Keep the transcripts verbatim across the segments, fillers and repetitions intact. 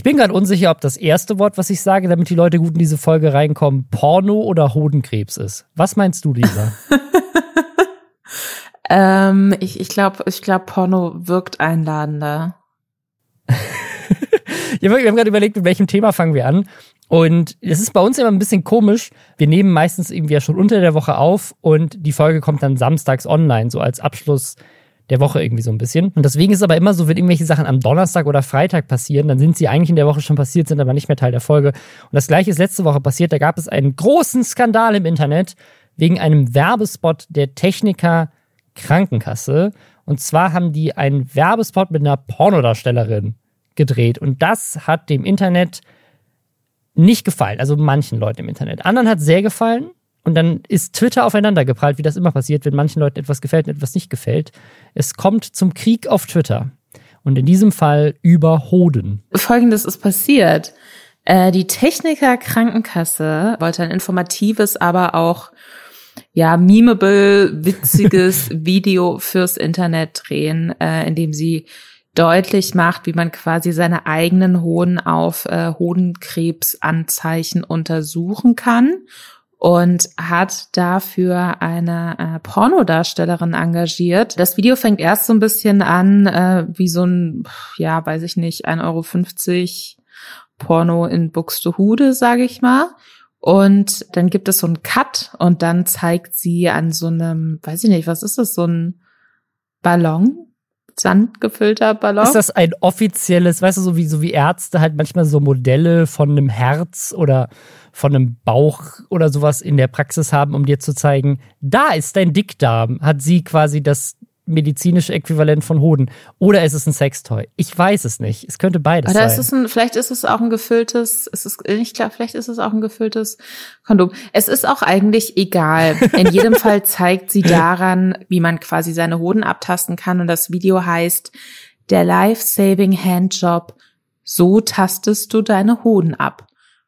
bin gerade unsicher, ob das erste Wort, was ich sage, damit die Leute gut in diese Folge reinkommen, Porno oder Hodenkrebs ist. Was meinst du, Lisa? ähm, ich ich glaube, ich glaub, Porno wirkt einladender. Ja, wir haben gerade überlegt, mit welchem Thema fangen wir an. Und es ist bei uns immer ein bisschen komisch. Wir nehmen meistens irgendwie ja schon unter der Woche auf und die Folge kommt dann samstags online, so als Abschluss der Woche irgendwie so ein bisschen. Und deswegen ist es aber immer so, wenn irgendwelche Sachen am Donnerstag oder Freitag passieren, dann sind sie eigentlich in der Woche schon passiert, sind aber nicht mehr Teil der Folge. Und das Gleiche ist letzte Woche passiert. Da gab es einen großen Skandal im Internet wegen einem Werbespot der Techniker Krankenkasse. Und zwar haben die einen Werbespot mit einer Pornodarstellerin gedreht. Und das hat dem Internet nicht gefallen. Also manchen Leuten im Internet. Anderen hat es sehr gefallen. Und dann ist Twitter aufeinander geprallt, wie das immer passiert, wenn manchen Leuten etwas gefällt und etwas nicht gefällt. Es kommt zum Krieg auf Twitter. Und in diesem Fall über Hoden. Folgendes ist passiert. Äh, die Techniker Krankenkasse wollte ein informatives, aber auch ja memeable, witziges Video fürs Internet drehen, äh, in dem sie deutlich macht, wie man quasi seine eigenen Hoden auf äh, Hodenkrebsanzeichen untersuchen kann und hat dafür eine äh, Pornodarstellerin engagiert. Das Video fängt erst so ein bisschen an äh, wie so ein, ja, weiß ich nicht, ein Euro fünfzig Porno in Buxtehude, sage ich mal. Und dann gibt es so einen Cut und dann zeigt sie an so einem, weiß ich nicht, was ist das, so ein Ballon? Sandgefüllter Ballon. Ist das ein offizielles, weißt du, so wie, so wie Ärzte halt manchmal so Modelle von einem Herz oder von einem Bauch oder sowas in der Praxis haben, um dir zu zeigen, da ist dein Dickdarm, hat sie quasi das medizinische Äquivalent von Hoden. Oder ist es ein Sextoy? Ich weiß es nicht. Es könnte beides Oder sein. ist es ein, vielleicht ist es auch ein gefülltes, es ist nicht klar, vielleicht ist es auch ein gefülltes Kondom. Es ist auch eigentlich egal. In jedem Fall zeigt sie daran, wie man quasi seine Hoden abtasten kann. Und das Video heißt, der Life-Saving Handjob, so tastest du deine Hoden ab.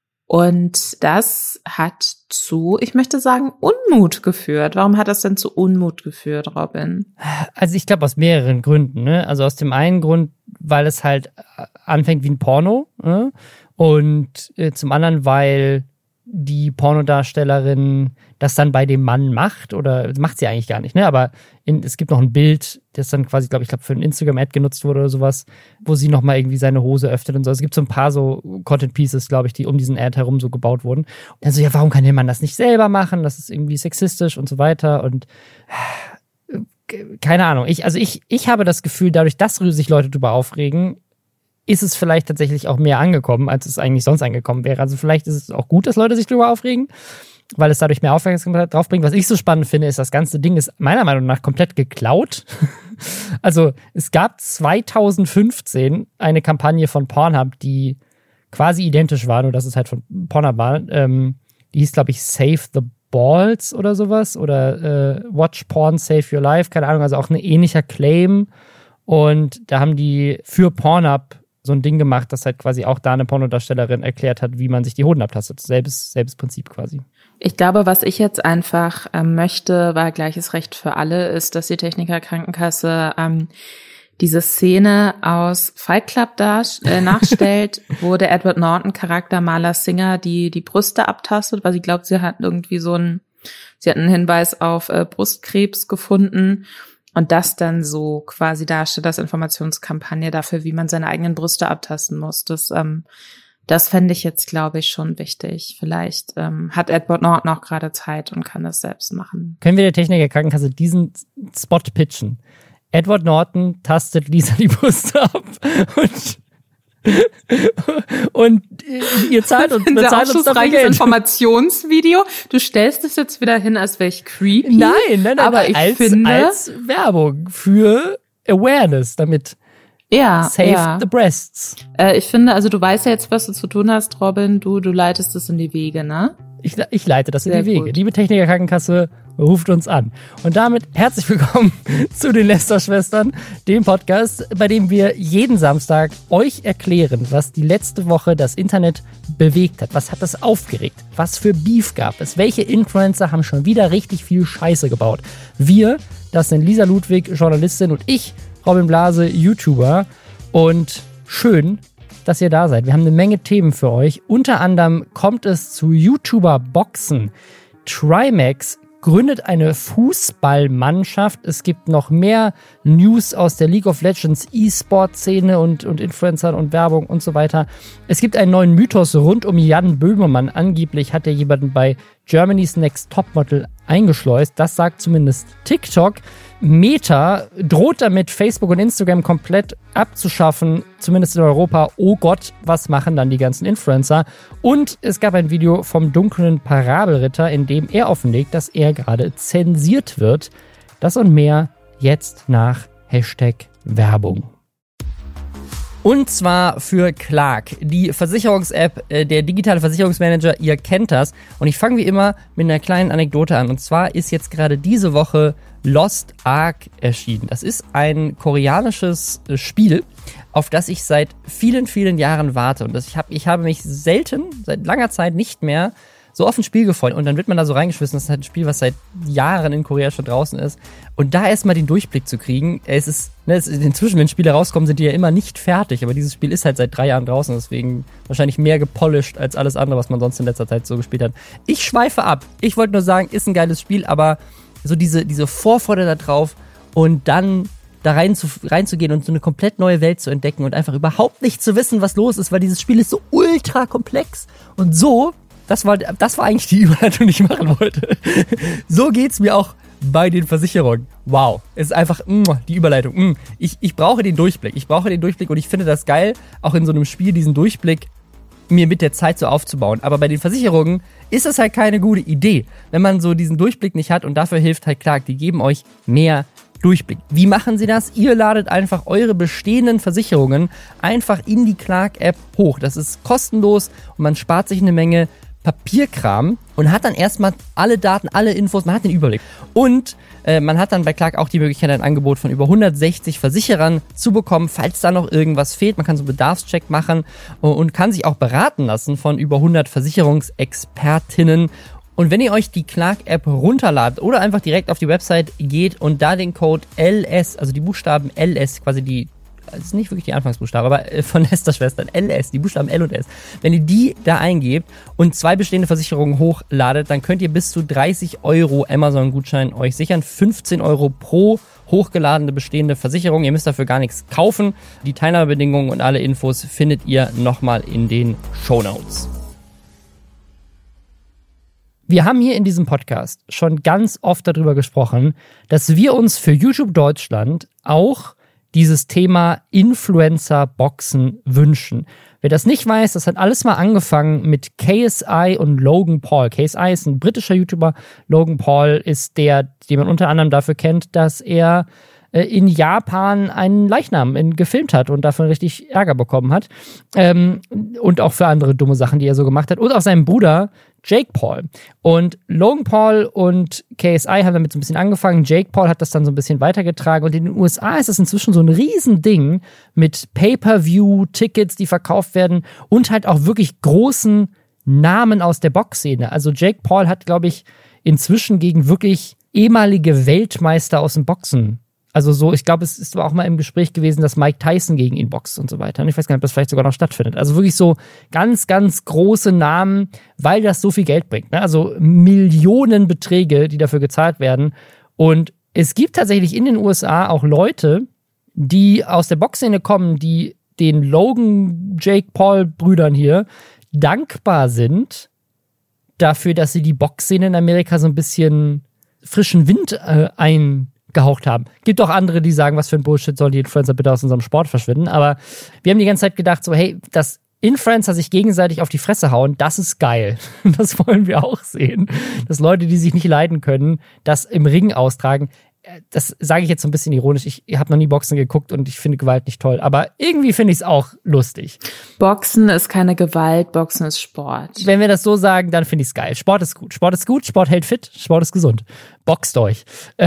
Und das hat zu, ich möchte sagen, Unmut geführt. Warum hat das denn zu Unmut geführt, Robin? Also ich glaube aus mehreren Gründen. Ne? Also aus dem einen Grund, weil es halt anfängt wie ein Porno. Ne? Und äh, zum anderen, weil die Pornodarstellerin das dann bei dem Mann macht, oder macht sie eigentlich gar nicht, ne? Aber in, es gibt noch ein Bild, das dann quasi, glaube ich, glaub, für ein Instagram-Ad genutzt wurde oder sowas, wo sie nochmal irgendwie seine Hose öffnet und so. Es gibt so ein paar so Content-Pieces, glaube ich, die um diesen Ad herum so gebaut wurden. Also ja, warum kann der Mann das nicht selber machen? Das ist irgendwie sexistisch und so weiter und keine Ahnung. Ich, also ich, ich habe das Gefühl, dadurch, dass sich Leute drüber aufregen, ist es vielleicht tatsächlich auch mehr angekommen, als es eigentlich sonst angekommen wäre. Also vielleicht ist es auch gut, dass Leute sich drüber aufregen, weil es dadurch mehr Aufmerksamkeit drauf bringt. Was ich so spannend finde, ist, das ganze Ding ist meiner Meinung nach komplett geklaut. Also es gab zwanzig fünfzehn eine Kampagne von Pornhub, die quasi identisch war, nur dass es halt von Pornhub war. Ähm, die hieß, glaube ich, Save the Balls oder sowas oder äh, Watch Porn, Save Your Life, keine Ahnung, also auch ein ähnlicher Claim. Und da haben die für Pornhub so ein Ding gemacht, dass halt quasi auch da eine Pornodarstellerin erklärt hat, wie man sich die Hoden abtastet. Selbes, selbes Prinzip quasi. Ich glaube, was ich jetzt einfach ähm, möchte, weil gleiches Recht für alle ist, dass die Techniker Krankenkasse ähm, diese Szene aus Fight Club dar, äh, nachstellt, wo der Edward Norton Charakter Marla Singer die die Brüste abtastet, weil sie glaubt, sie hat irgendwie so einen, sie hat einen Hinweis auf äh, Brustkrebs gefunden. Und das dann so quasi darstellt, als Informationskampagne dafür, wie man seine eigenen Brüste abtasten muss. Das, ähm, das fände ich jetzt, glaube ich, schon wichtig. Vielleicht ähm, hat Edward Norton auch gerade Zeit und kann das selbst machen. Können wir der Techniker Krankenkasse diesen Spot pitchen? Edward Norton tastet Lisa die Brüste ab und und ihr zahlt uns, bezahlt uns dafür Geld. Informationsvideo. Du stellst es jetzt wieder hin, als wäre ich creepy. Nein, nein, nein, aber ich als, finde, als Werbung für Awareness, damit ja, save ja. the breasts. Äh, ich finde, also du weißt ja jetzt, was du zu tun hast, Robin. Du, du leitest es in die Wege, ne? Ich, ich leite das Sehr in die Wege. gut. Liebe Techniker Krankenkasse, ruft uns an. Und damit herzlich willkommen zu den Lästerschwestern, dem Podcast, bei dem wir jeden Samstag euch erklären, was die letzte Woche das Internet bewegt hat. Was hat das aufgeregt? Was für Beef gab es? Welche Influencer haben schon wieder richtig viel Scheiße gebaut? Wir, das sind Lisa Ludwig, Journalistin, und ich, Robin Blase, YouTuber. Und schön, dass ihr da seid. Wir haben eine Menge Themen für euch. Unter anderem kommt es zu YouTuber-Boxen. Trimax gründet eine Fußballmannschaft. Es gibt noch mehr News aus der League of Legends E-Sport-Szene und, und Influencern und Werbung und so weiter. Es gibt einen neuen Mythos rund um Jan Böhmermann. Angeblich hat er jemanden bei Germany's Next Topmodel eingeschleust. Das sagt zumindest TikTok. Meta droht damit, Facebook und Instagram komplett abzuschaffen, zumindest in Europa. Oh Gott, was machen dann die ganzen Influencer? Und es gab ein Video vom dunklen Parabelritter, in dem er offenlegt, dass er gerade zensiert wird. Das und mehr jetzt nach Hashtag Werbung. Und zwar für Clark, die Versicherungs-App, äh, der digitale Versicherungsmanager, ihr kennt das. Und ich fange wie immer mit einer kleinen Anekdote an. Und zwar ist jetzt gerade diese Woche Lost Ark erschienen. Das ist ein koreanisches äh, Spiel, auf das ich seit vielen, vielen Jahren warte. Und das, ich, hab, ich habe mich selten, seit langer Zeit nicht mehr so auf ein Spiel gefreut. Und dann wird man da so reingeschmissen. Das ist halt ein Spiel, was seit Jahren in Korea schon draußen ist. Und da erstmal den Durchblick zu kriegen, es ist, ne, es ist inzwischen, wenn Spiele rauskommen, sind die ja immer nicht fertig. Aber dieses Spiel ist halt seit drei Jahren draußen, deswegen wahrscheinlich mehr gepolished als alles andere, was man sonst in letzter Zeit so gespielt hat. Ich schweife ab. Ich wollte nur sagen, ist ein geiles Spiel, aber so diese, diese Vorfreude da drauf und dann da rein zu, reinzugehen und so eine komplett neue Welt zu entdecken und einfach überhaupt nicht zu wissen, was los ist, weil dieses Spiel ist so ultra komplex und so. Das war, das war eigentlich die Überleitung, die ich machen wollte. So geht's mir auch bei den Versicherungen. Wow. Es ist einfach mh, die Überleitung. Mh. Ich, ich brauche den Durchblick. Ich brauche den Durchblick und ich finde das geil, auch in so einem Spiel diesen Durchblick mir mit der Zeit so aufzubauen. Aber bei den Versicherungen ist das halt keine gute Idee, wenn man so diesen Durchblick nicht hat und dafür hilft halt Clark. Die geben euch mehr Durchblick. Wie machen sie das? Ihr ladet einfach eure bestehenden Versicherungen einfach in die Clark-App hoch. Das ist kostenlos und man spart sich eine Menge Papierkram und hat dann erstmal alle Daten, alle Infos, man hat den Überblick. Und äh, man hat dann bei Clark auch die Möglichkeit, ein Angebot von über hundertsechzig Versicherern zu bekommen, falls da noch irgendwas fehlt. Man kann so einen Bedarfscheck machen und kann sich auch beraten lassen von über hundert Versicherungsexpertinnen. Und wenn ihr euch die Clark-App runterladet oder einfach direkt auf die Website geht und da den Code L S, also die Buchstaben L S, quasi die, das ist nicht wirklich die Anfangsbuchstaben, aber von Lester-Schwestern, L S, die Buchstaben L und S. Wenn ihr die da eingebt und zwei bestehende Versicherungen hochladet, dann könnt ihr bis zu dreißig Euro Amazon-Gutschein euch sichern. fünfzehn Euro pro hochgeladene bestehende Versicherung. Ihr müsst dafür gar nichts kaufen. Die Teilnahmebedingungen und alle Infos findet ihr nochmal in den Shownotes. Wir haben hier in diesem Podcast schon ganz oft darüber gesprochen, dass wir uns für YouTube Deutschland auch dieses Thema Influencer-Boxen wünschen. Wer das nicht weiß, das hat alles mal angefangen mit K S I und Logan Paul. K S I ist ein britischer YouTuber. Logan Paul ist der, den man unter anderem dafür kennt, dass er äh, in Japan einen Leichnam in, gefilmt hat und dafür richtig Ärger bekommen hat. Ähm, und auch für andere dumme Sachen, die er so gemacht hat. Und auch seinem Bruder Jake Paul. Und Logan Paul und K S I haben damit so ein bisschen angefangen. Jake Paul hat das dann so ein bisschen weitergetragen. Und in den U S A ist es inzwischen so ein Riesending mit Pay-Per-View-Tickets, die verkauft werden und halt auch wirklich großen Namen aus der Boxszene. Also Jake Paul hat, glaube ich, inzwischen gegen wirklich ehemalige Weltmeister aus dem Boxen. Also so, ich glaube, es ist auch mal im Gespräch gewesen, dass Mike Tyson gegen ihn boxt und so weiter. Und ich weiß gar nicht, ob das vielleicht sogar noch stattfindet. Also wirklich so ganz, ganz große Namen, weil das so viel Geld bringt. Ne? Also Millionenbeträge, die dafür gezahlt werden. Und es gibt tatsächlich in den U S A auch Leute, die aus der Boxszene kommen, die den Logan Jake Paul Brüdern hier dankbar sind dafür, dass sie die Boxszene in Amerika so ein bisschen frischen Wind äh, ein gehaucht haben. Gibt auch andere, die sagen, was für ein Bullshit, sollen die Influencer bitte aus unserem Sport verschwinden. Aber wir haben die ganze Zeit gedacht, so hey, dass Influencer sich gegenseitig auf die Fresse hauen, das ist geil. Das wollen wir auch sehen. Dass Leute, die sich nicht leiden können, das im Ring austragen. Das sage ich jetzt so ein bisschen ironisch. Ich habe noch nie Boxen geguckt und ich finde Gewalt nicht toll. Aber irgendwie finde ich es auch lustig. Boxen ist keine Gewalt, Boxen ist Sport. Wenn wir das so sagen, dann finde ich es geil. Sport ist gut. Sport ist gut, Sport hält fit, Sport ist gesund. Boxt euch.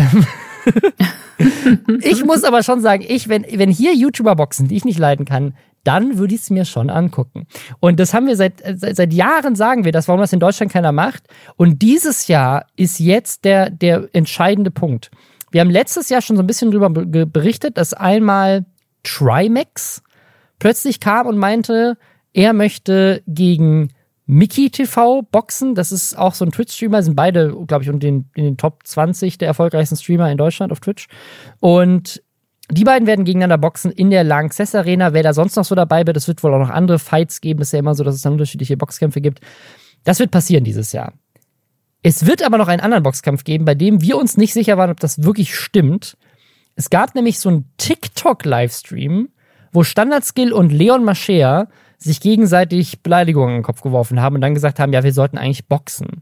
Ich muss aber schon sagen, ich, wenn, wenn hier YouTuber boxen, die ich nicht leiden kann, dann würde ich es mir schon angucken. Und das haben wir seit, seit, seit Jahren sagen wir das, warum das in Deutschland keiner macht. Und dieses Jahr ist jetzt der, der entscheidende Punkt. Wir haben letztes Jahr schon so ein bisschen drüber berichtet, dass einmal Trimax plötzlich kam und meinte, er möchte gegen Mickey T V boxen. Das ist auch so ein Twitch-Streamer, sind beide, glaube ich, in den, in den Top zwanzig der erfolgreichsten Streamer in Deutschland auf Twitch. Und die beiden werden gegeneinander boxen in der Lanxess Arena. Wer da sonst noch so dabei wird, es wird wohl auch noch andere Fights geben. Es ist ja immer so, dass es dann unterschiedliche Boxkämpfe gibt. Das wird passieren dieses Jahr. Es wird aber noch einen anderen Boxkampf geben, bei dem wir uns nicht sicher waren, ob das wirklich stimmt. Es gab nämlich so einen TikTok-Livestream, wo Standardskill und Leon Mascher sich gegenseitig Beleidigungen in den Kopf geworfen haben und dann gesagt haben, ja, wir sollten eigentlich boxen.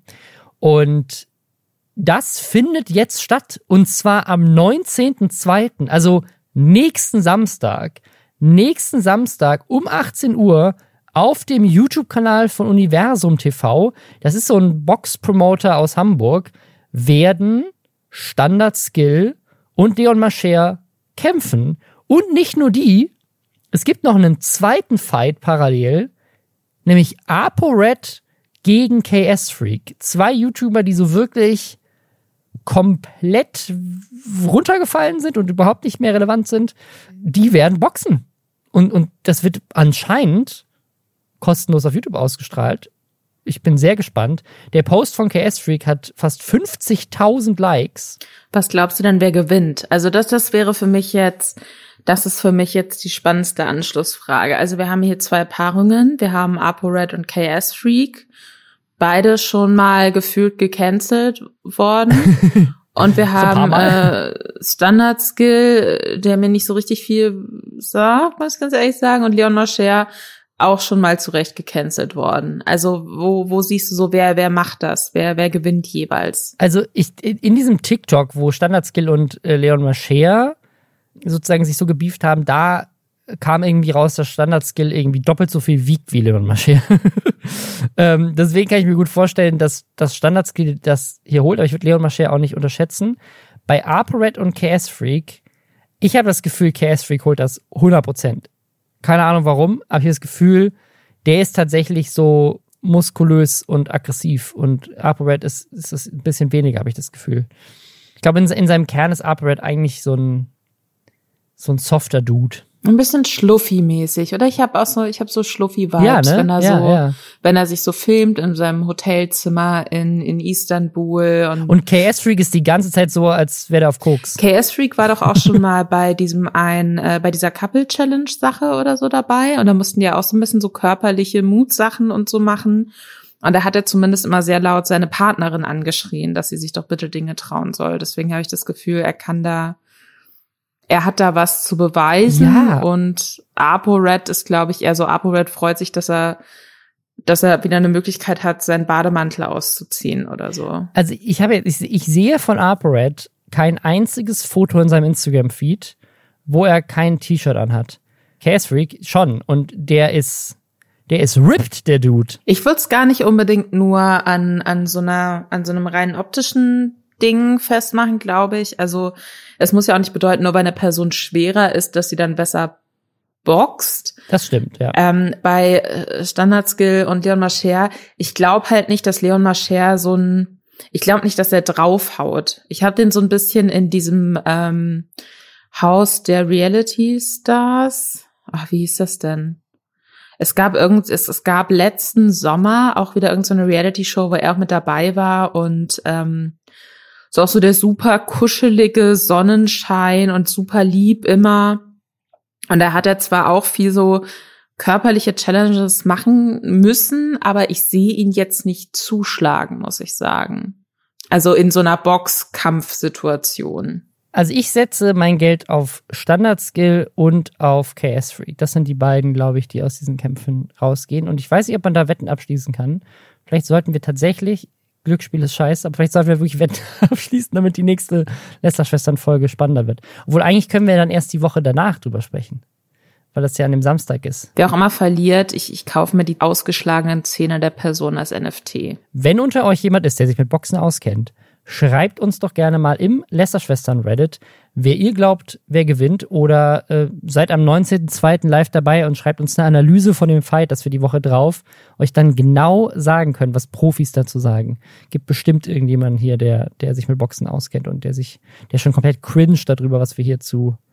Und das findet jetzt statt, und zwar am neunzehnten zweiten, also nächsten Samstag. Nächsten Samstag um achtzehn Uhr auf dem YouTube-Kanal von Universum T V, das ist so ein Box-Promoter aus Hamburg, werden Standardskill und Leon Mascher kämpfen. Und nicht nur die, es gibt noch einen zweiten Fight parallel, nämlich ApoRed gegen K S Freak. Zwei YouTuber, die so wirklich komplett runtergefallen sind und überhaupt nicht mehr relevant sind, die werden boxen. Und, und das wird anscheinend kostenlos auf YouTube ausgestrahlt. Ich bin sehr gespannt. Der Post von K S Freak hat fast fünfzigtausend Likes. Was glaubst du denn, wer gewinnt? Also das, das wäre für mich jetzt, das ist für mich jetzt die spannendste Anschlussfrage. Also wir haben hier zwei Paarungen. Wir haben ApoRed und K S Freak. Beide schon mal gefühlt gecancelt worden. Und wir haben äh, Standardskill, der mir nicht so richtig viel sagt, muss ich ganz ehrlich sagen. Und Leon Mascher auch schon mal zurecht gecancelt worden. Also wo wo siehst du so, wer wer macht das? Wer wer gewinnt jeweils? Also ich in diesem TikTok, wo Standardskill und äh, Leon Mascher sozusagen sich so gebieft haben, da kam irgendwie raus, dass Standardskill irgendwie doppelt so viel wiegt wie Leon Mascher. ähm, deswegen kann ich mir gut vorstellen, dass das Standardskill das hier holt, aber ich würde Leon Mascher auch nicht unterschätzen. Bei ApoRed und K S Freak, ich habe das Gefühl, K S Freak holt das hundert Prozent. Keine Ahnung warum, aber ich habe das Gefühl, der ist tatsächlich so muskulös und aggressiv und ApoRed ist, ist es ein bisschen weniger, habe ich das Gefühl. Ich glaube, in, in seinem Kern ist ApoRed eigentlich so ein so ein softer Dude. Ein bisschen Schluffi-mäßig, oder? Ich habe auch so, ich habe so Schluffi-Vibes, ja, ne? wenn er ja, so, ja. wenn er sich so filmt in seinem Hotelzimmer in in Istanbul und und K S Freak ist die ganze Zeit so, als wäre er auf Koks. K S Freak war doch auch schon mal bei diesem ein äh, bei dieser Couple Challenge Sache oder so dabei und da mussten die ja auch so ein bisschen so körperliche Mutsachen und so machen. Und da hat er zumindest immer sehr laut seine Partnerin angeschrien, dass sie sich doch bitte Dinge trauen soll. Deswegen habe ich das Gefühl, er kann da Er hat da was zu beweisen ja. Und ApoRed ist, glaube ich, eher so, ApoRed freut sich, dass er dass er wieder eine Möglichkeit hat, seinen Bademantel auszuziehen oder so. Also ich habe ich, ich sehe von ApoRed kein einziges Foto in seinem Instagram-Feed, wo er kein T-Shirt anhat. K S Freak schon und der ist der ist ripped, der Dude. Ich würde es gar nicht unbedingt nur an an so einer an so einem rein optischen Ding festmachen, glaube ich. Also es muss ja auch nicht bedeuten, nur weil eine Person schwerer ist, dass sie dann besser boxt. Das stimmt, ja. Ähm, bei Standardskill und Leon Mascher, ich glaube halt nicht, dass Leon Mascher so ein, ich glaube nicht, dass er draufhaut. Ich habe den so ein bisschen in diesem ähm, Haus der Reality Stars. Ach, wie hieß das denn? Es gab irgend, es, es gab letzten Sommer auch wieder irgendeine so Reality-Show, wo er auch mit dabei war und ähm, so auch so der super kuschelige Sonnenschein und super lieb immer. Und da hat er zwar auch viel so körperliche Challenges machen müssen, aber ich sehe ihn jetzt nicht zuschlagen, muss ich sagen. Also in so einer Boxkampfsituation. Also ich setze mein Geld auf Standardskill und auf K S Freak. Das sind die beiden, glaube ich, die aus diesen Kämpfen rausgehen. Und ich weiß nicht, ob man da Wetten abschließen kann. Vielleicht sollten wir tatsächlich, Glücksspiel ist scheiße, aber vielleicht sollten wir wirklich Wetten abschließen, damit die nächste Lästerschwestern-Folge spannender wird. Obwohl eigentlich können wir dann erst die Woche danach drüber sprechen. Weil das ja an dem Samstag ist. Wer auch immer verliert, ich, ich kaufe mir die ausgeschlagenen Zähne der Person als N F T. Wenn unter euch jemand ist, der sich mit Boxen auskennt, schreibt uns doch gerne mal im Lästerschwestern-Reddit, wer ihr glaubt, wer gewinnt. Oder äh, seid am neunzehnten zweiten live dabei und schreibt uns eine Analyse von dem Fight, dass wir die Woche drauf euch dann genau sagen können, was Profis dazu sagen. Gibt bestimmt irgendjemanden hier, der, der sich mit Boxen auskennt und der sich, der schon komplett cringe darüber, was wir hier zu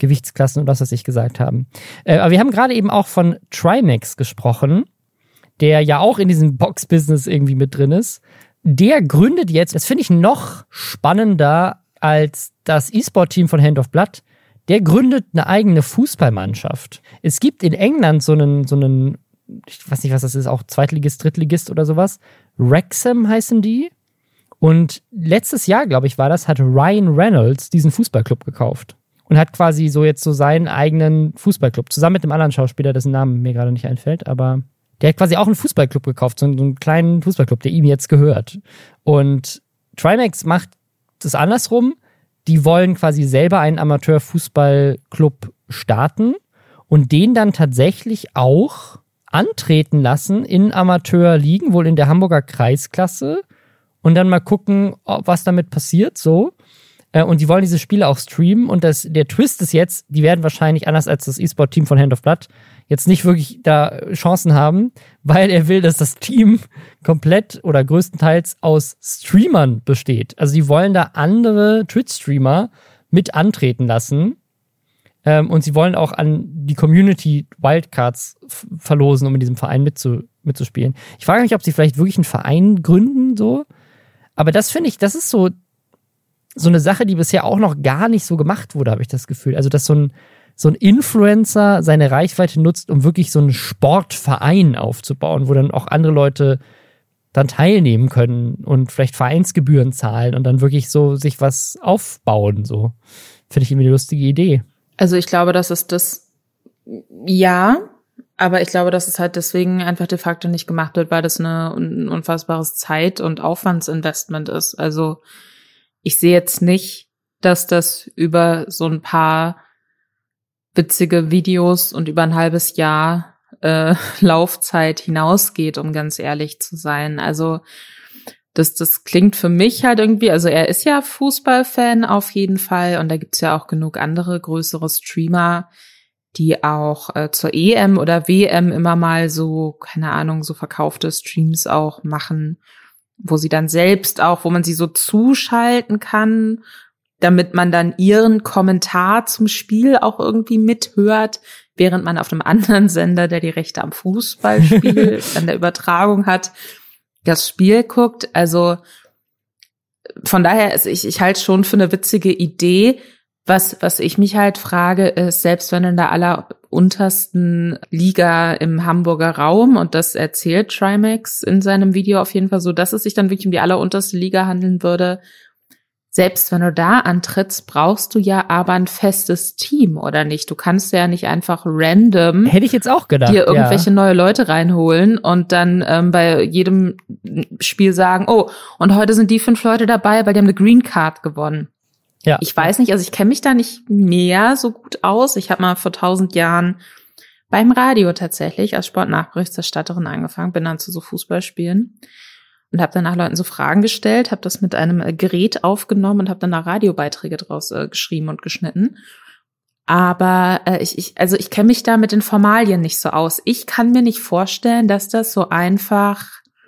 Gewichtsklassen und was, was ich gesagt haben. Äh, aber wir haben gerade eben auch von Trimax gesprochen, der ja auch in diesem Box-Business irgendwie mit drin ist. Der gründet jetzt, das finde ich noch spannender als das E-Sport-Team von Hand of Blood, der gründet eine eigene Fußballmannschaft. Es gibt in England so einen, so einen, ich weiß nicht, was das ist, auch Zweitligist, Drittligist oder sowas. Wrexham heißen die. Und letztes Jahr, glaube ich, war das, hat Ryan Reynolds diesen Fußballclub gekauft. Und hat quasi so jetzt so seinen eigenen Fußballclub. Zusammen mit einem anderen Schauspieler, dessen Namen mir gerade nicht einfällt, aber der hat quasi auch einen Fußballclub gekauft, so einen kleinen Fußballclub, der ihm jetzt gehört. Und Trimax macht das andersrum. Die wollen quasi selber einen Amateurfußballclub starten und den dann tatsächlich auch antreten lassen in Amateurligen, wohl in der Hamburger Kreisklasse, und dann mal gucken, was damit passiert, so. Und die wollen diese Spiele auch streamen, und das, der Twist ist jetzt, die werden wahrscheinlich, anders als das E-Sport-Team von Hand of Blood, jetzt nicht wirklich da Chancen haben, weil er will, dass das Team komplett oder größtenteils aus Streamern besteht. Also die wollen da andere Twitch-Streamer mit antreten lassen, ähm, und sie wollen auch an die Community Wildcards f- verlosen, um in diesem Verein mitzu- mitzuspielen. Ich frage mich, ob sie vielleicht wirklich einen Verein gründen, so. Aber das finde ich, das ist so so eine Sache, die bisher auch noch gar nicht so gemacht wurde, habe ich das Gefühl. Also, dass so ein, so ein Influencer seine Reichweite nutzt, um wirklich so einen Sportverein aufzubauen, wo dann auch andere Leute dann teilnehmen können und vielleicht Vereinsgebühren zahlen und dann wirklich so sich was aufbauen, so. Finde ich irgendwie eine lustige Idee. Also ich glaube, dass es das, ja, aber ich glaube, dass es halt deswegen einfach de facto nicht gemacht wird, weil das eine, ein unfassbares Zeit- und Aufwandsinvestment ist. Also ich sehe jetzt nicht, dass das über so ein paar witzige Videos und über ein halbes Jahr äh, Laufzeit hinausgeht, um ganz ehrlich zu sein. Also das, das klingt für mich halt irgendwie, also er ist ja Fußballfan auf jeden Fall, und da gibt's ja auch genug andere größere Streamer, die auch äh, zur E M oder W M immer mal so, keine Ahnung, so verkaufte Streams auch machen, wo sie dann selbst auch, wo man sie so zuschalten kann, damit man dann ihren Kommentar zum Spiel auch irgendwie mithört, während man auf einem anderen Sender, der die Rechte am Fußballspiel an der Übertragung hat, das Spiel guckt. Also von daher, ist ich, ich halte es schon für eine witzige Idee. Was, was ich mich halt frage, ist, selbst wenn in der alleruntersten Liga im Hamburger Raum, und das erzählt Trimax in seinem Video auf jeden Fall so, dass es sich dann wirklich um die allerunterste Liga handeln würde, selbst wenn du da antrittst, brauchst du ja aber ein festes Team, oder nicht? Du kannst ja nicht einfach random Hätte ich jetzt auch gedacht, dir irgendwelche ja. neue Leute reinholen und dann ähm, bei jedem Spiel sagen, oh, und heute sind die fünf Leute dabei, weil die haben eine Green Card gewonnen. Ja. Ich weiß nicht, also ich kenne mich da nicht mehr so gut aus. Ich habe mal vor tausend Jahren beim Radio tatsächlich als Sportnachberichterstatterin angefangen, bin dann zu so Fußballspielen und habe dann nach Leuten so Fragen gestellt, habe das mit einem äh, Gerät aufgenommen und habe dann da Radiobeiträge draus äh, geschrieben und geschnitten. Aber äh, ich, ich, also ich kenne mich da mit den Formalien nicht so aus. Ich kann mir nicht vorstellen, dass das so einfach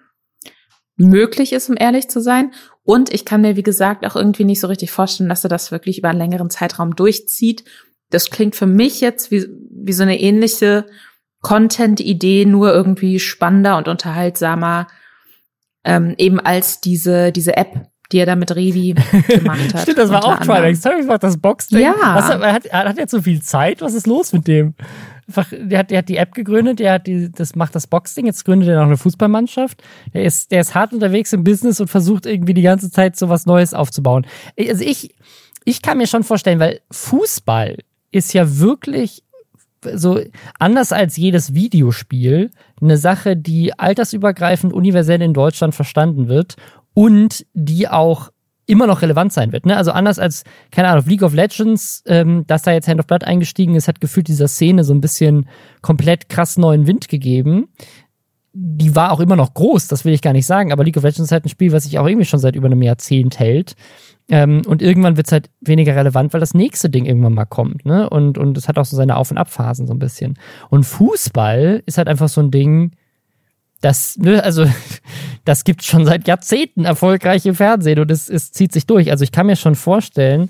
möglich ist, um ehrlich zu sein. Und ich kann mir, wie gesagt, auch irgendwie nicht so richtig vorstellen, dass er das wirklich über einen längeren Zeitraum durchzieht. Das klingt für mich jetzt wie, wie so eine ähnliche Content-Idee, nur irgendwie spannender und unterhaltsamer, ähm, eben als diese diese App, die er da mit Revi gemacht hat. Stimmt, das war auch Trimax. Trimax macht das Boxding. Ja. Was, er, hat, er hat jetzt so viel Zeit. Was ist los mit dem? Einfach, der hat, der hat die App gegründet, der hat die, das macht das Boxding, jetzt gründet er noch eine Fußballmannschaft. Der ist, der ist hart unterwegs im Business und versucht irgendwie die ganze Zeit so was Neues aufzubauen. Also ich, ich kann mir schon vorstellen, weil Fußball ist ja wirklich so anders als jedes Videospiel eine Sache, die altersübergreifend universell in Deutschland verstanden wird und die auch immer noch relevant sein wird. Ne? Also anders als, keine Ahnung, League of Legends, ähm, dass da jetzt Hand of Blood eingestiegen ist, hat gefühlt dieser Szene so ein bisschen komplett krass neuen Wind gegeben. Die war auch immer noch groß, das will ich gar nicht sagen, aber League of Legends ist halt ein Spiel, was sich auch irgendwie schon seit über einem Jahrzehnt hält. Ähm, und irgendwann wird es halt weniger relevant, weil das nächste Ding irgendwann mal kommt. Ne? Und und es hat auch so seine Auf- und Abphasen so ein bisschen. Und Fußball ist halt einfach so ein Ding, das, ne, also, das gibt schon seit Jahrzehnten erfolgreich im Fernsehen und es, es zieht sich durch. Also ich kann mir schon vorstellen,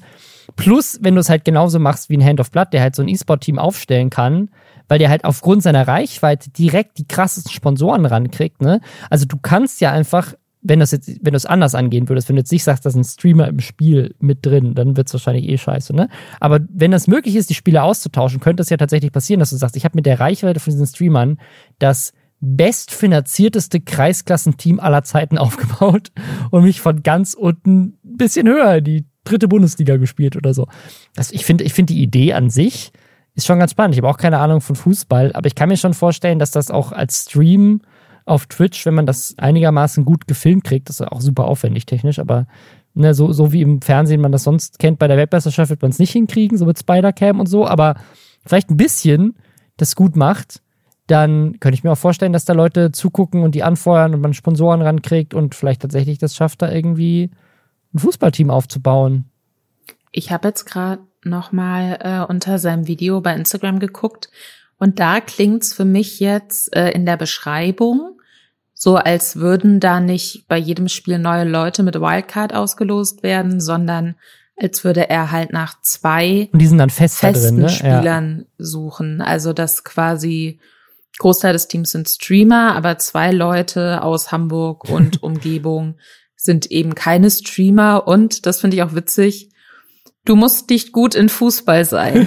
Plus, wenn du es halt genauso machst wie ein Hand of Blood, der halt so ein E-Sport-Team aufstellen kann, weil der halt aufgrund seiner Reichweite direkt die krassesten Sponsoren rankriegt, ne? Also du kannst ja einfach, wenn du es jetzt, wenn du es anders angehen würdest, wenn du jetzt nicht sagst, da ist ein Streamer im Spiel mit drin, dann wird es wahrscheinlich eh scheiße, ne? Aber wenn das möglich ist, die Spiele auszutauschen, könnte es ja tatsächlich passieren, dass du sagst, ich habe mit der Reichweite von diesen Streamern das bestfinanzierteste Kreisklassenteam aller Zeiten aufgebaut und mich von ganz unten ein bisschen höher in die dritte Bundesliga gespielt oder so. Das, ich finde ich finde die Idee an sich ist schon ganz spannend. Ich habe auch keine Ahnung von Fußball, aber ich kann mir schon vorstellen, dass das auch als Stream auf Twitch, wenn man das einigermaßen gut gefilmt kriegt, das ist auch super aufwendig technisch, aber ne, so, so wie im Fernsehen man das sonst kennt, bei der Weltmeisterschaft wird man es nicht hinkriegen, so mit Spider-Cam und so, aber vielleicht ein bisschen das gut macht, dann könnte ich mir auch vorstellen, dass da Leute zugucken und die anfeuern und man Sponsoren rankriegt und vielleicht tatsächlich das schafft, da irgendwie ein Fußballteam aufzubauen. Ich habe jetzt gerade noch mal äh, unter seinem Video bei Instagram geguckt und da klingt's für mich jetzt äh, in der Beschreibung so, als würden da nicht bei jedem Spiel neue Leute mit Wildcard ausgelost werden, sondern als würde er halt nach zwei und die sind dann fest festen drin, ne? Spielern ja. suchen. Also das quasi Großteil des Teams sind Streamer, aber zwei Leute aus Hamburg und Umgebung sind eben keine Streamer und, das finde ich auch witzig, du musst nicht gut in Fußball sein.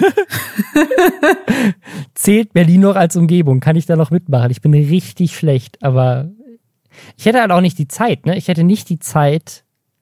Zählt Berlin noch als Umgebung? Kann ich da noch mitmachen? Ich bin richtig schlecht, aber ich hätte halt auch nicht die Zeit, ne? Ich hätte nicht die Zeit,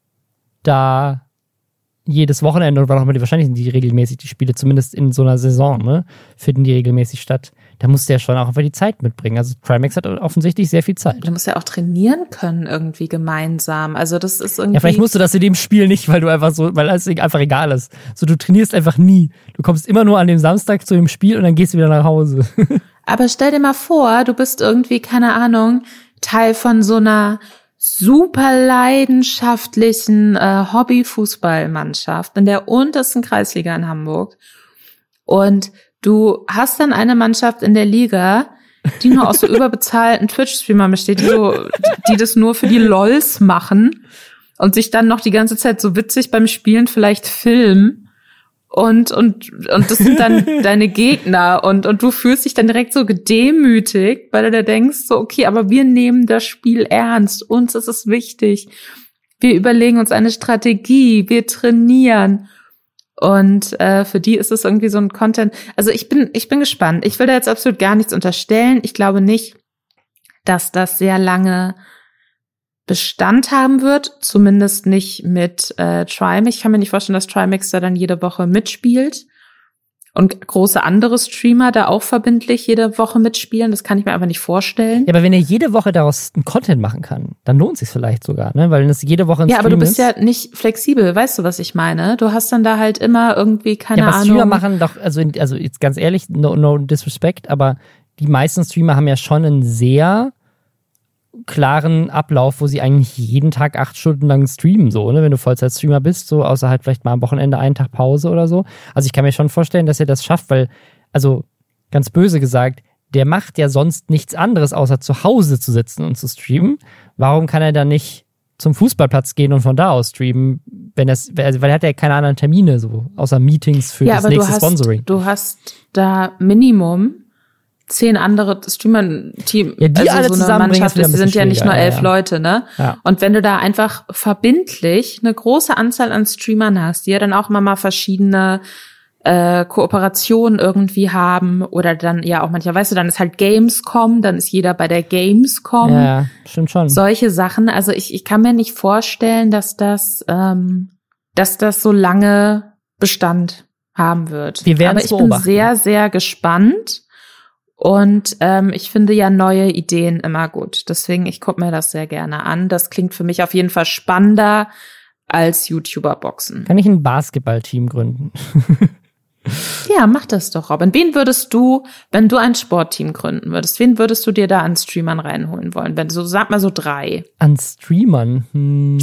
da jedes Wochenende, oder auch wahrscheinlich sind die regelmäßig, die Spiele, zumindest in so einer Saison, ne, finden die regelmäßig statt. Da musst du ja schon auch einfach die Zeit mitbringen. Also Trimax hat offensichtlich sehr viel Zeit. Du musst ja auch trainieren können irgendwie gemeinsam. Also das ist irgendwie... Ja, vielleicht musst du das in dem Spiel nicht, weil du einfach so, weil es einfach egal ist. So, du trainierst einfach nie. Du kommst immer nur an dem Samstag zu dem Spiel und dann gehst du wieder nach Hause. Aber stell dir mal vor, du bist irgendwie, keine Ahnung, Teil von so einer super leidenschaftlichen äh, Hobby-Fußballmannschaft in der untersten Kreisliga in Hamburg. Und du hast dann eine Mannschaft in der Liga, die nur aus so überbezahlten Twitch-Streamern besteht, die, so, die das nur für die Lols machen und sich dann noch die ganze Zeit so witzig beim Spielen vielleicht filmen. Und, und, und das sind dann deine Gegner. Und, und du fühlst dich dann direkt so gedemütigt, weil du da denkst, so, okay, aber wir nehmen das Spiel ernst. Uns ist es wichtig. Wir überlegen uns eine Strategie. Wir trainieren. Und äh, für die ist es irgendwie so ein Content. Also ich bin, ich bin gespannt. Ich will da jetzt absolut gar nichts unterstellen. Ich glaube nicht, dass das sehr lange Bestand haben wird, zumindest nicht mit äh, Trimax. Ich kann mir nicht vorstellen, dass Trimax da dann jede Woche mitspielt und große andere Streamer da auch verbindlich jede Woche mitspielen. Das kann ich mir einfach nicht vorstellen. Ja, aber wenn er jede Woche daraus einen Content machen kann, dann lohnt es sich vielleicht sogar, ne? Weil das jede Woche ein Ja, Stream aber du bist ist. ja nicht flexibel, weißt du, was ich meine? Du hast dann da halt immer irgendwie, keine ja, aber Ahnung. Streamer machen doch, also, in, also jetzt ganz ehrlich, no, no disrespect, aber die meisten Streamer haben ja schon einen sehr klaren Ablauf, wo sie eigentlich jeden Tag acht Stunden lang streamen, so, ne, wenn du Vollzeit-Streamer bist, so, außer halt vielleicht mal am Wochenende einen Tag Pause oder so. Also ich kann mir schon vorstellen, dass er das schafft, weil, also ganz böse gesagt, der macht ja sonst nichts anderes, außer zu Hause zu sitzen und zu streamen. Warum kann er dann nicht zum Fußballplatz gehen und von da aus streamen, wenn es, weil er hat ja keine anderen Termine, so, außer Meetings für ja, das aber nächste du hast, Sponsoring. Du hast da Minimum zehn andere Streamer-Team, ja, die also alle so eine zusammenbringen, Mannschaft, ist wieder ein das sind bisschen ja nicht nur schwieriger, elf ja, ja. Leute, ne? Ja. Und wenn du da einfach verbindlich eine große Anzahl an Streamern hast, die ja dann auch immer mal verschiedene äh, Kooperationen irgendwie haben oder dann ja auch manchmal, weißt du, dann ist halt Gamescom, dann ist jeder bei der Gamescom. Ja, ja, stimmt schon. Solche Sachen, also ich, ich kann mir nicht vorstellen, dass das, ähm, dass das so lange Bestand haben wird. Wir werden Aber es ich bin beobachten. sehr, sehr gespannt. Und ähm, ich finde ja neue Ideen immer gut. Deswegen, ich gucke mir das sehr gerne an. Das klingt für mich auf jeden Fall spannender als YouTuber-Boxen. Kann ich ein Basketballteam gründen? Ja, mach das doch, Robin. Wen würdest du, wenn du ein Sportteam gründen würdest, wen würdest du dir da an Streamern reinholen wollen? Wenn so, sag mal so drei. An Streamern? Hm.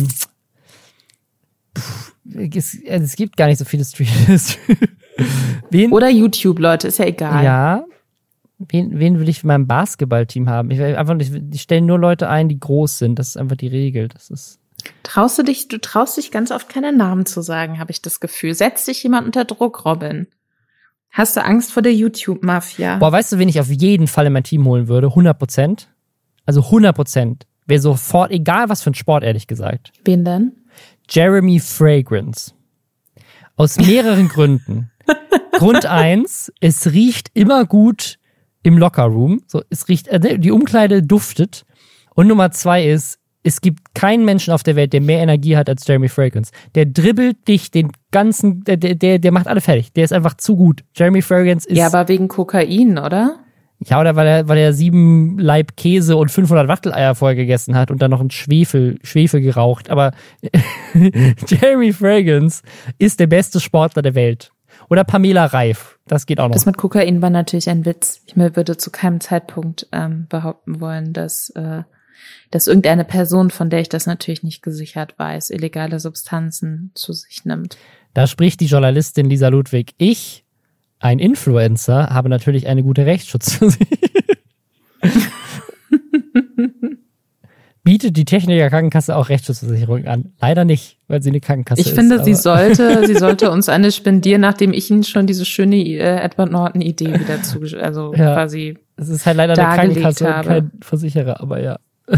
Puh, es, es gibt gar nicht so viele Streamers. Wen? Oder YouTube, Leute, ist ja egal. Ja. Wen, wen will ich in meinem Basketballteam haben? Ich will einfach nicht, ich stelle nur Leute ein, die groß sind. Das ist einfach die Regel. Das ist. Traust du dich, du traust dich ganz oft keine Namen zu sagen, habe ich das Gefühl. Setzt dich jemand unter Druck, Robin? Hast du Angst vor der YouTube-Mafia? Boah, weißt du, wen ich auf jeden Fall in mein Team holen würde? hundert Prozent. Also hundert Prozent. Wäre sofort, egal was für ein Sport, ehrlich gesagt. Wen denn? Jeremy Fragrance. Aus mehreren Gründen. Grund eins, es riecht immer gut im Lockerroom. So, es riecht, die Umkleide duftet. Und Nummer zwei ist, es gibt keinen Menschen auf der Welt, der mehr Energie hat als Jeremy Fragrance. Der dribbelt dich den ganzen, der, der, der macht alle fertig. Der ist einfach zu gut. Jeremy Fragrance ist... Ja, aber wegen Kokain, oder? Ja, oder weil er, weil er sieben Laib Käse und fünfhundert Wachteleier vorher gegessen hat und dann noch ein Schwefel, Schwefel geraucht. Aber Jeremy Fragrance ist der beste Sportler der Welt. Oder Pamela Reif. Das geht auch noch. Das mit Kokain war natürlich ein Witz. Ich würde zu keinem Zeitpunkt ähm, behaupten wollen, dass... Äh dass irgendeine Person, von der ich das natürlich nicht gesichert weiß, illegale Substanzen zu sich nimmt. Da spricht die Journalistin Lisa Ludwig. Ich, ein Influencer, habe natürlich eine gute Rechtsschutz für sie. Bietet die Techniker Krankenkasse auch Rechtsschutzversicherung an? Leider nicht, weil sie eine Krankenkasse ist. Ich finde, sie sollte, sie sollte uns eine spendieren, nachdem ich Ihnen schon diese schöne äh, Edward Norton-Idee wieder zu, also ja, quasi es ist halt leider eine Krankenkasse und kein Versicherer, aber ja.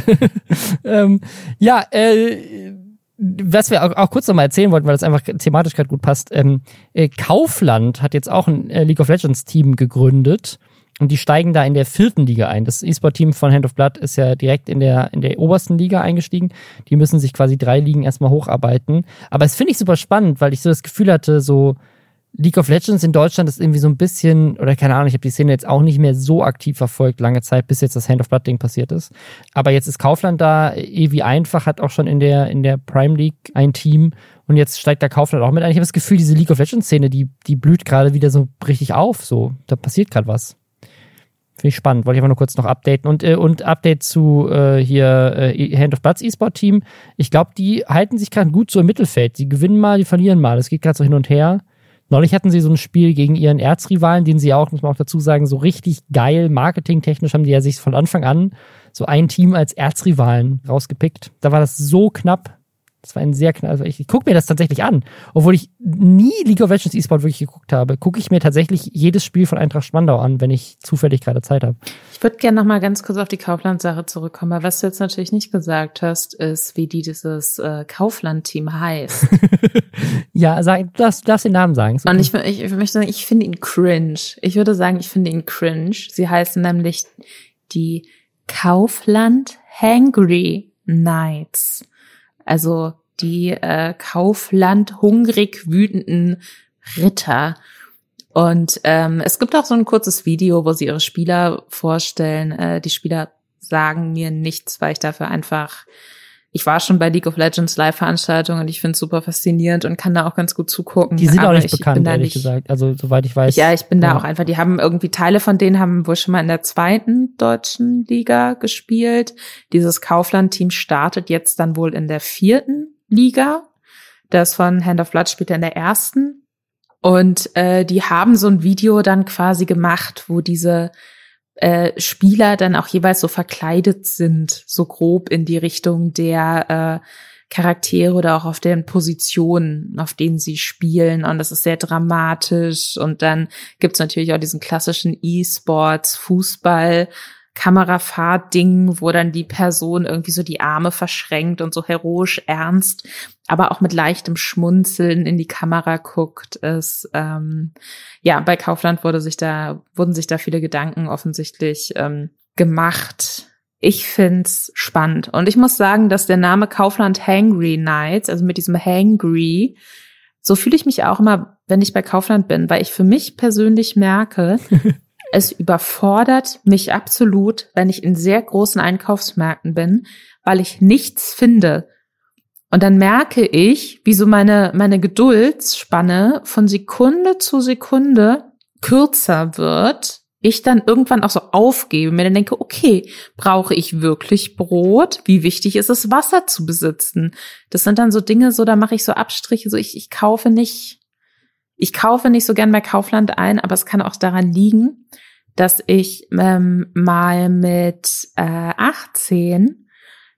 ähm, ja, äh, was wir auch, auch kurz noch mal erzählen wollten, weil das einfach thematisch gerade gut passt. Ähm, äh, Kaufland hat jetzt auch ein äh, League of Legends Team gegründet und die steigen da in der vierten Liga ein. Das E-Sport-Team von Hand of Blood ist ja direkt in der in der obersten Liga eingestiegen. Die müssen sich quasi drei Ligen erstmal hocharbeiten. Aber es finde ich super spannend, weil ich so das Gefühl hatte, so League of Legends in Deutschland ist irgendwie so ein bisschen, oder keine Ahnung, ich habe die Szene jetzt auch nicht mehr so aktiv verfolgt, lange Zeit, bis jetzt das Hand of Blood Ding passiert ist. Aber jetzt ist Kaufland da, Evi Einfach hat auch schon in der in der Prime League ein Team und jetzt steigt da Kaufland auch mit ein. Ich habe das Gefühl, diese League of Legends Szene, die die blüht gerade wieder so richtig auf, so, da passiert gerade was. Finde ich spannend, wollte ich aber nur kurz noch updaten. Und, äh, und Update zu äh, hier äh, Hand of Bloods E-Sport-Team. Ich glaube, die halten sich gerade gut so im Mittelfeld. Die gewinnen mal, die verlieren mal. Das geht gerade so hin und her. Neulich hatten sie so ein Spiel gegen ihren Erzrivalen, den sie auch, muss man auch dazu sagen, so richtig geil, marketingtechnisch haben die ja sich von Anfang an so ein Team als Erzrivalen rausgepickt. Da war das so knapp. Das war ein sehr knapp. Also ich, ich gucke mir das tatsächlich an. Obwohl ich nie League of Legends E-Sport wirklich geguckt habe, gucke ich mir tatsächlich jedes Spiel von Eintracht Spandau an, wenn ich zufällig gerade Zeit habe. Ich würde gerne noch mal ganz kurz auf die Kaufland-Sache zurückkommen. Aber was du jetzt natürlich nicht gesagt hast, ist, wie die dieses äh, Kaufland-Team heißt. Ja, sag, du darfst, du darfst den Namen sagen. Und ich, ich, ich möchte sagen, ich finde ihn cringe. Ich würde sagen, ich finde ihn cringe. Sie heißen nämlich die Kaufland Hangry Knights. Also die äh, Kaufland hungrig wütenden Ritter. Und ähm, es gibt auch so ein kurzes Video, wo sie ihre Spieler vorstellen. Äh, die Spieler sagen mir nichts, weil ich dafür einfach... Ich war schon bei League of Legends Live-Veranstaltungen und ich finde es super faszinierend und kann da auch ganz gut zugucken. Die sind aber auch nicht ich bekannt, ehrlich nicht, gesagt. Also soweit ich weiß. Ja, ich bin da ja. auch einfach, die haben irgendwie, Teile von denen haben wohl schon mal in der zweiten deutschen Liga gespielt. Dieses Kaufland-Team startet jetzt dann wohl in der vierten Liga. Das von Hand of Blood spielt er in der ersten. Und äh, die haben so ein Video dann quasi gemacht, wo diese Äh, Spieler dann auch jeweils so verkleidet sind, so grob in die Richtung der äh, Charaktere oder auch auf den Positionen, auf denen sie spielen. Und das ist sehr dramatisch. Und dann gibt's natürlich auch diesen klassischen E-Sports, Fußball, Kamerafahrt-Ding, wo dann die Person irgendwie so die Arme verschränkt und so heroisch ernst, aber auch mit leichtem Schmunzeln in die Kamera guckt. Ist, ähm, ja, bei Kaufland wurde sich da, wurden sich da viele Gedanken offensichtlich ähm, gemacht. Ich find's spannend. Und ich muss sagen, dass der Name Kaufland Hangry Knights, also mit diesem Hangry, so fühle ich mich auch immer, wenn ich bei Kaufland bin, weil ich für mich persönlich merke, es überfordert mich absolut, wenn ich in sehr großen Einkaufsmärkten bin, weil ich nichts finde. Und dann merke ich, wie so meine, meine Geduldsspanne von Sekunde zu Sekunde kürzer wird. Ich dann irgendwann auch so aufgebe, mir dann denke, okay, brauche ich wirklich Brot? Wie wichtig ist es, Wasser zu besitzen? Das sind dann so Dinge, so da mache ich so Abstriche, so ich, ich kaufe nicht, ich kaufe nicht so gern bei Kaufland ein, aber es kann auch daran liegen, dass ich ähm, mal mit äh, achtzehn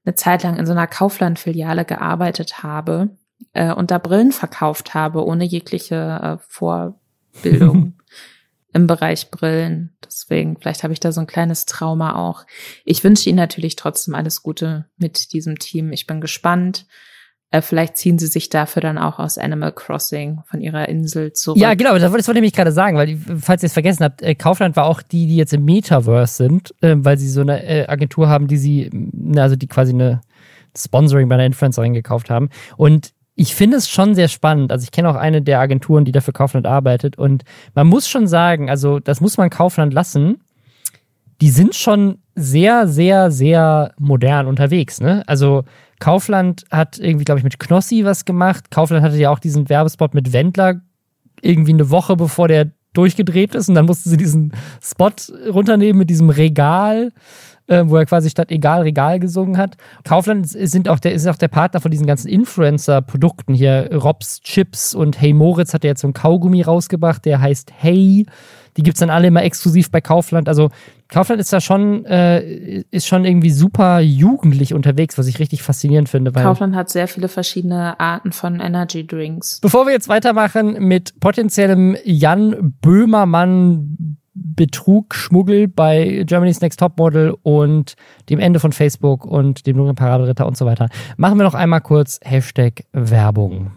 eine Zeit lang in so einer Kaufland-Filiale gearbeitet habe äh, und da Brillen verkauft habe, ohne jegliche äh, Vorbildung im Bereich Brillen. Deswegen, vielleicht habe ich da so ein kleines Trauma auch. Ich wünsche Ihnen natürlich trotzdem alles Gute mit diesem Team. Ich bin gespannt. Äh, vielleicht ziehen sie sich dafür dann auch aus Animal Crossing von ihrer Insel zurück. Ja, genau, das wollte ich nämlich gerade sagen, weil, falls ihr es vergessen habt, äh, Kaufland war auch die, die jetzt im Metaverse sind, äh, weil sie so eine äh, Agentur haben, die sie, also die quasi eine Sponsoring bei einer Influencerin gekauft haben. Und ich finde es schon sehr spannend. Also ich kenne auch eine der Agenturen, die dafür Kaufland arbeitet. Und man muss schon sagen, also das muss man Kaufland lassen, die sind schon sehr, sehr, sehr modern unterwegs, ne? Also Kaufland hat irgendwie, glaube ich, mit Knossi was gemacht. Kaufland hatte ja auch diesen Werbespot mit Wendler irgendwie eine Woche, bevor der durchgedreht ist. Und dann mussten sie diesen Spot runternehmen mit diesem Regal, äh, wo er quasi statt Egal, Regal gesungen hat. Kaufland sind auch der, ist auch der Partner von diesen ganzen Influencer-Produkten hier. Robs Chips und Hey Moritz hat ja jetzt so einen Kaugummi rausgebracht, der heißt Hey. Die gibt's dann alle immer exklusiv bei Kaufland. Also Kaufland ist da schon, äh, ist schon irgendwie super jugendlich unterwegs, was ich richtig faszinierend finde. Weil Kaufland hat sehr viele verschiedene Arten von Energy Drinks. Bevor wir jetzt weitermachen mit potenziellem Jan Böhmermann Betrug, Schmuggel bei Germany's Next Topmodel und dem Ende von Facebook und dem dunklen Paraderitter und so weiter, machen wir noch einmal kurz Hashtag Werbung.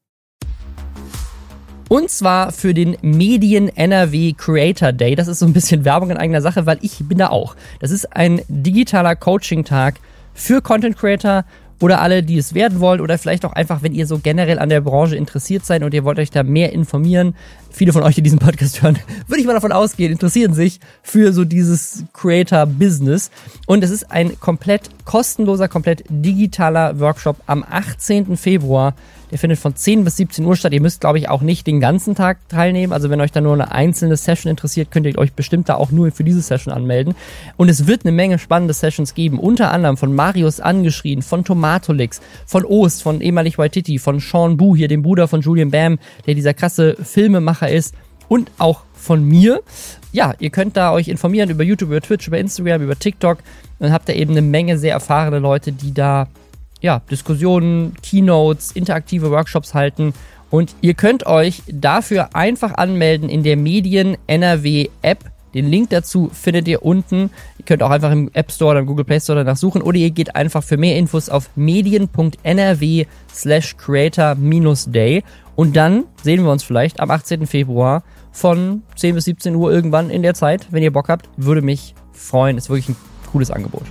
Und zwar für den Medien-N R W Creator Day. Das ist so ein bisschen Werbung in eigener Sache, weil ich bin da auch. Das ist ein digitaler Coaching-Tag für Content Creator oder alle, die es werden wollen oder vielleicht auch einfach, wenn ihr so generell an der Branche interessiert seid und ihr wollt euch da mehr informieren. Viele von euch, die diesen Podcast hören, würde ich mal davon ausgehen, interessieren sich für so dieses Creator-Business. Und es ist ein komplett kostenloser, komplett digitaler Workshop am achtzehnten Februar. Der findet von zehn bis siebzehn Uhr statt. Ihr müsst, glaube ich, auch nicht den ganzen Tag teilnehmen. Also wenn euch da nur eine einzelne Session interessiert, könnt ihr euch bestimmt da auch nur für diese Session anmelden. Und es wird eine Menge spannende Sessions geben. Unter anderem von Marius Angeschrien, von Tomatolix, von Ost, von ehemalig Waititi, von Sean Bu, hier dem Bruder von Julian Bam, der dieser krasse Filmemacher ist. Und auch von mir. Ja, ihr könnt da euch informieren über YouTube, über Twitch, über Instagram, über TikTok. Dann habt ihr eben eine Menge sehr erfahrene Leute, die da ja, Diskussionen, Keynotes, interaktive Workshops halten und ihr könnt euch dafür einfach anmelden in der Medien-N R W App. Den Link dazu findet ihr unten. Ihr könnt auch einfach im App Store oder im Google Play Store danach suchen oder ihr geht einfach für mehr Infos auf medien.nrw slash creator minus day und dann sehen wir uns vielleicht am achtzehnten Februar von zehn bis siebzehn Uhr irgendwann in der Zeit. Wenn ihr Bock habt, würde mich freuen. Ist wirklich ein cooles Angebot.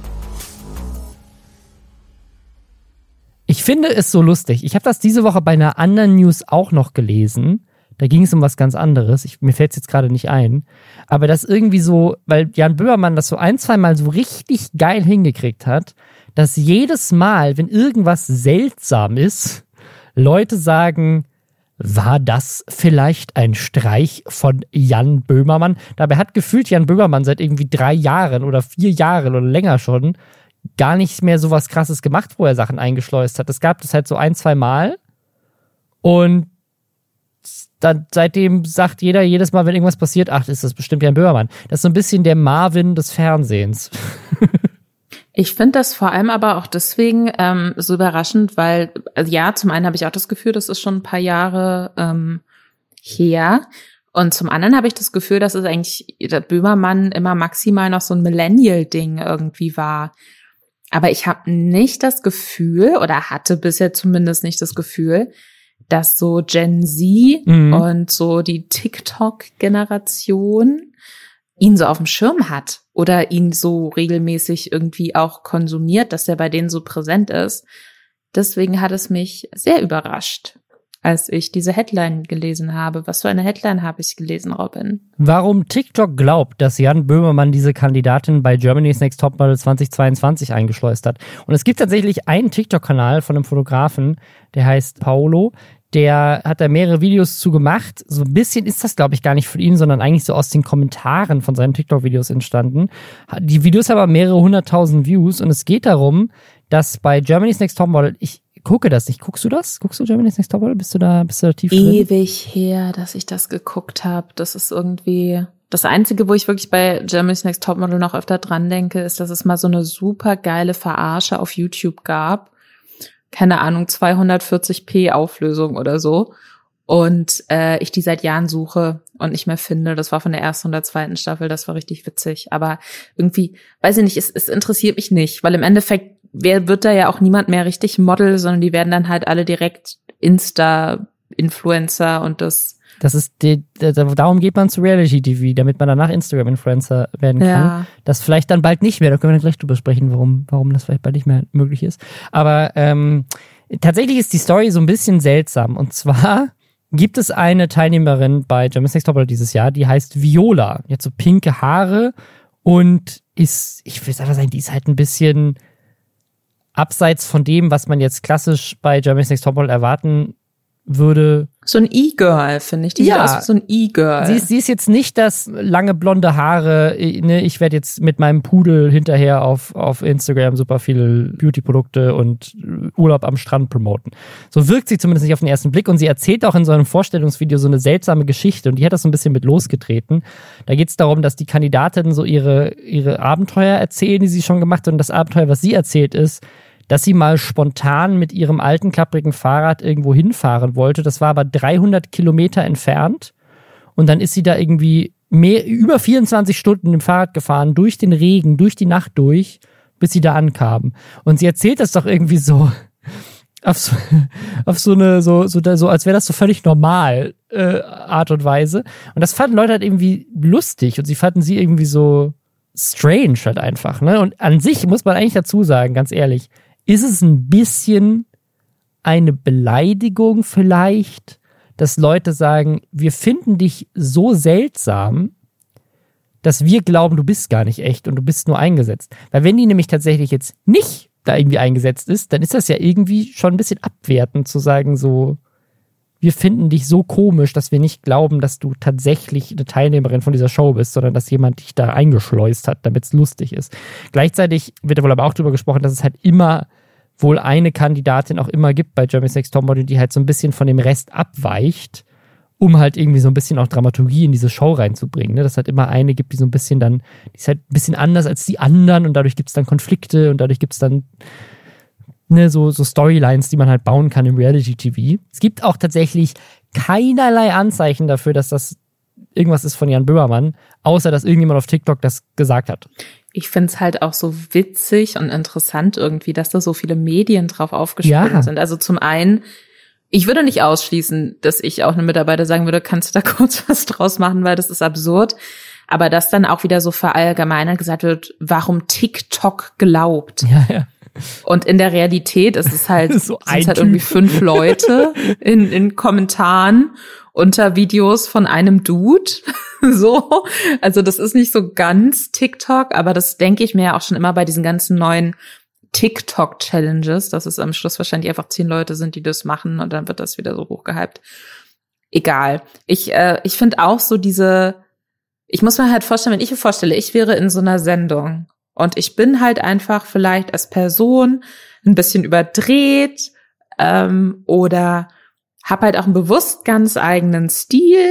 Ich finde es so lustig. Ich habe das diese Woche bei einer anderen News auch noch gelesen. Da ging es um was ganz anderes. Ich, mir fällt es jetzt gerade nicht ein. Aber das irgendwie so, weil Jan Böhmermann das so ein, zwei Mal so richtig geil hingekriegt hat, dass jedes Mal, wenn irgendwas seltsam ist, Leute sagen, war das vielleicht ein Streich von Jan Böhmermann? Dabei hat gefühlt Jan Böhmermann seit irgendwie drei Jahren oder vier Jahren oder länger schon gar nicht mehr so was Krasses gemacht, wo er Sachen eingeschleust hat. Es gab das halt so ein, zwei Mal und dann seitdem sagt jeder jedes Mal, wenn irgendwas passiert, ach, ist das bestimmt Jan Böhmermann. Das ist so ein bisschen der Marvin des Fernsehens. Ich finde das vor allem aber auch deswegen ähm, so überraschend, weil, also ja, zum einen habe ich auch das Gefühl, das ist schon ein paar Jahre ähm, her. Und zum anderen habe ich das Gefühl, dass es eigentlich der Böhmermann immer maximal noch so ein Millennial-Ding irgendwie war. Aber ich habe nicht das Gefühl, oder hatte bisher zumindest nicht das Gefühl, dass so Gen Z mhm. und so die TikTok-Generation ihn so auf dem Schirm hat oder ihn so regelmäßig irgendwie auch konsumiert, dass er bei denen so präsent ist. Deswegen hat es mich sehr überrascht, als ich diese Headline gelesen habe. Was für eine Headline habe ich gelesen, Robin? Warum TikTok glaubt, dass Jan Böhmermann diese Kandidatin bei Germany's Next Topmodel zweitausendzweiundzwanzig eingeschleust hat. Und es gibt tatsächlich einen TikTok-Kanal von einem Fotografen, der heißt Paolo. Der hat da mehrere Videos zu gemacht. So ein bisschen ist das, glaube ich, gar nicht von ihm, sondern eigentlich so aus den Kommentaren von seinen TikTok-Videos entstanden. Die Videos haben aber mehrere hunderttausend Views und es geht darum, dass bei Germany's Next Topmodel, ich gucke das nicht. Guckst du das? Guckst du Germany's Next Topmodel? Bist du da, bist du da tief drin? Ewig her, dass ich das geguckt habe. Das ist irgendwie Das Einzige, wo ich wirklich bei Germany's Next Topmodel noch öfter dran denke, ist, dass es mal so eine super geile Verarsche auf YouTube gab. Keine Ahnung, zweihundertvierzig p Auflösung oder so. Und äh, ich die seit Jahren suche und nicht mehr finde. Das war von der ersten und der zweiten Staffel, das war richtig witzig. Aber irgendwie, weiß ich nicht, es, es interessiert mich nicht, weil im Endeffekt wer wird da ja auch niemand mehr richtig Model, sondern die werden dann halt alle direkt Insta-Influencer und das Das ist die, darum geht man zu Reality-T V, damit man danach Instagram-Influencer werden kann. Ja. Das vielleicht dann bald nicht mehr, da können wir dann gleich drüber sprechen, warum, warum das vielleicht bald nicht mehr möglich ist. Aber ähm, tatsächlich ist die Story so ein bisschen seltsam. Und zwar gibt es eine Teilnehmerin bei Germany's Next Topmodel dieses Jahr, die heißt Viola. Die hat so pinke Haare und ist, ich will einfach sagen, die ist halt ein bisschen abseits von dem, was man jetzt klassisch bei Germany's Next Topmodel erwarten würde. So ein E-Girl, finde ich. Die ja, sieht aus wie so ein E-Girl. Sie ist, sie ist jetzt nicht das lange blonde Haare, ne, ich werde jetzt mit meinem Pudel hinterher auf, auf Instagram super viele Beauty-Produkte und Urlaub am Strand promoten. So wirkt sie zumindest nicht auf den ersten Blick und sie erzählt auch in so einem Vorstellungsvideo so eine seltsame Geschichte und die hat das so ein bisschen mit losgetreten. Da geht es darum, dass die Kandidatinnen so ihre, ihre Abenteuer erzählen, die sie schon gemacht hat und das Abenteuer, was sie erzählt ist, dass sie mal spontan mit ihrem alten, klapprigen Fahrrad irgendwo hinfahren wollte. Das war aber dreihundert Kilometer entfernt. Und dann ist sie da irgendwie mehr, über vierundzwanzig Stunden im Fahrrad gefahren, durch den Regen, durch die Nacht durch, bis sie da ankam. Und sie erzählt das doch irgendwie so, auf so, auf so eine, so, so, so als wäre das so völlig normal, äh, Art und Weise. Und das fanden Leute halt irgendwie lustig. Und sie fanden sie irgendwie so strange halt einfach, ne? Und an sich muss man eigentlich dazu sagen, ganz ehrlich, ist es ein bisschen eine Beleidigung vielleicht, dass Leute sagen, wir finden dich so seltsam, dass wir glauben, du bist gar nicht echt und du bist nur eingesetzt. Weil wenn die nämlich tatsächlich jetzt nicht da irgendwie eingesetzt ist, dann ist das ja irgendwie schon ein bisschen abwertend zu sagen so, wir finden dich so komisch, dass wir nicht glauben, dass du tatsächlich eine Teilnehmerin von dieser Show bist, sondern dass jemand dich da eingeschleust hat, damit es lustig ist. Gleichzeitig wird da wohl aber auch drüber gesprochen, dass es halt immer wohl eine Kandidatin auch immer gibt bei Germany's Next Topmodel, die halt so ein bisschen von dem Rest abweicht, um halt irgendwie so ein bisschen auch Dramaturgie in diese Show reinzubringen. Ne? Dass es halt immer eine gibt, die so ein bisschen dann, die ist halt ein bisschen anders als die anderen und dadurch gibt es dann Konflikte und dadurch gibt es dann ne, so, so Storylines, die man halt bauen kann im Reality-T V. Es gibt auch tatsächlich keinerlei Anzeichen dafür, dass das irgendwas ist von Jan Böhmermann, außer dass irgendjemand auf TikTok das gesagt hat. Ich finde es halt auch so witzig und interessant irgendwie, dass da so viele Medien drauf aufgesprungen ja. sind. Also zum einen, ich würde nicht ausschließen, dass ich auch einem Mitarbeiter sagen würde, kannst du da kurz was draus machen, weil das ist absurd. Aber dass dann auch wieder so verallgemeinert gesagt wird, warum TikTok glaubt. Ja, ja. Und in der Realität ist es halt, so sind halt irgendwie fünf Leute in, in Kommentaren unter Videos von einem Dude. So. Also das ist nicht so ganz TikTok, aber das denke ich mir ja auch schon immer bei diesen ganzen neuen TikTok-Challenges, dass es am Schluss wahrscheinlich einfach zehn Leute sind, die das machen und dann wird das wieder so hochgehypt. Egal. Ich, äh, ich finde auch so diese, ich muss mir halt vorstellen, wenn ich mir vorstelle, ich wäre in so einer Sendung und ich bin halt einfach vielleicht als Person ein bisschen überdreht ähm, oder habe halt auch einen bewusst ganz eigenen Stil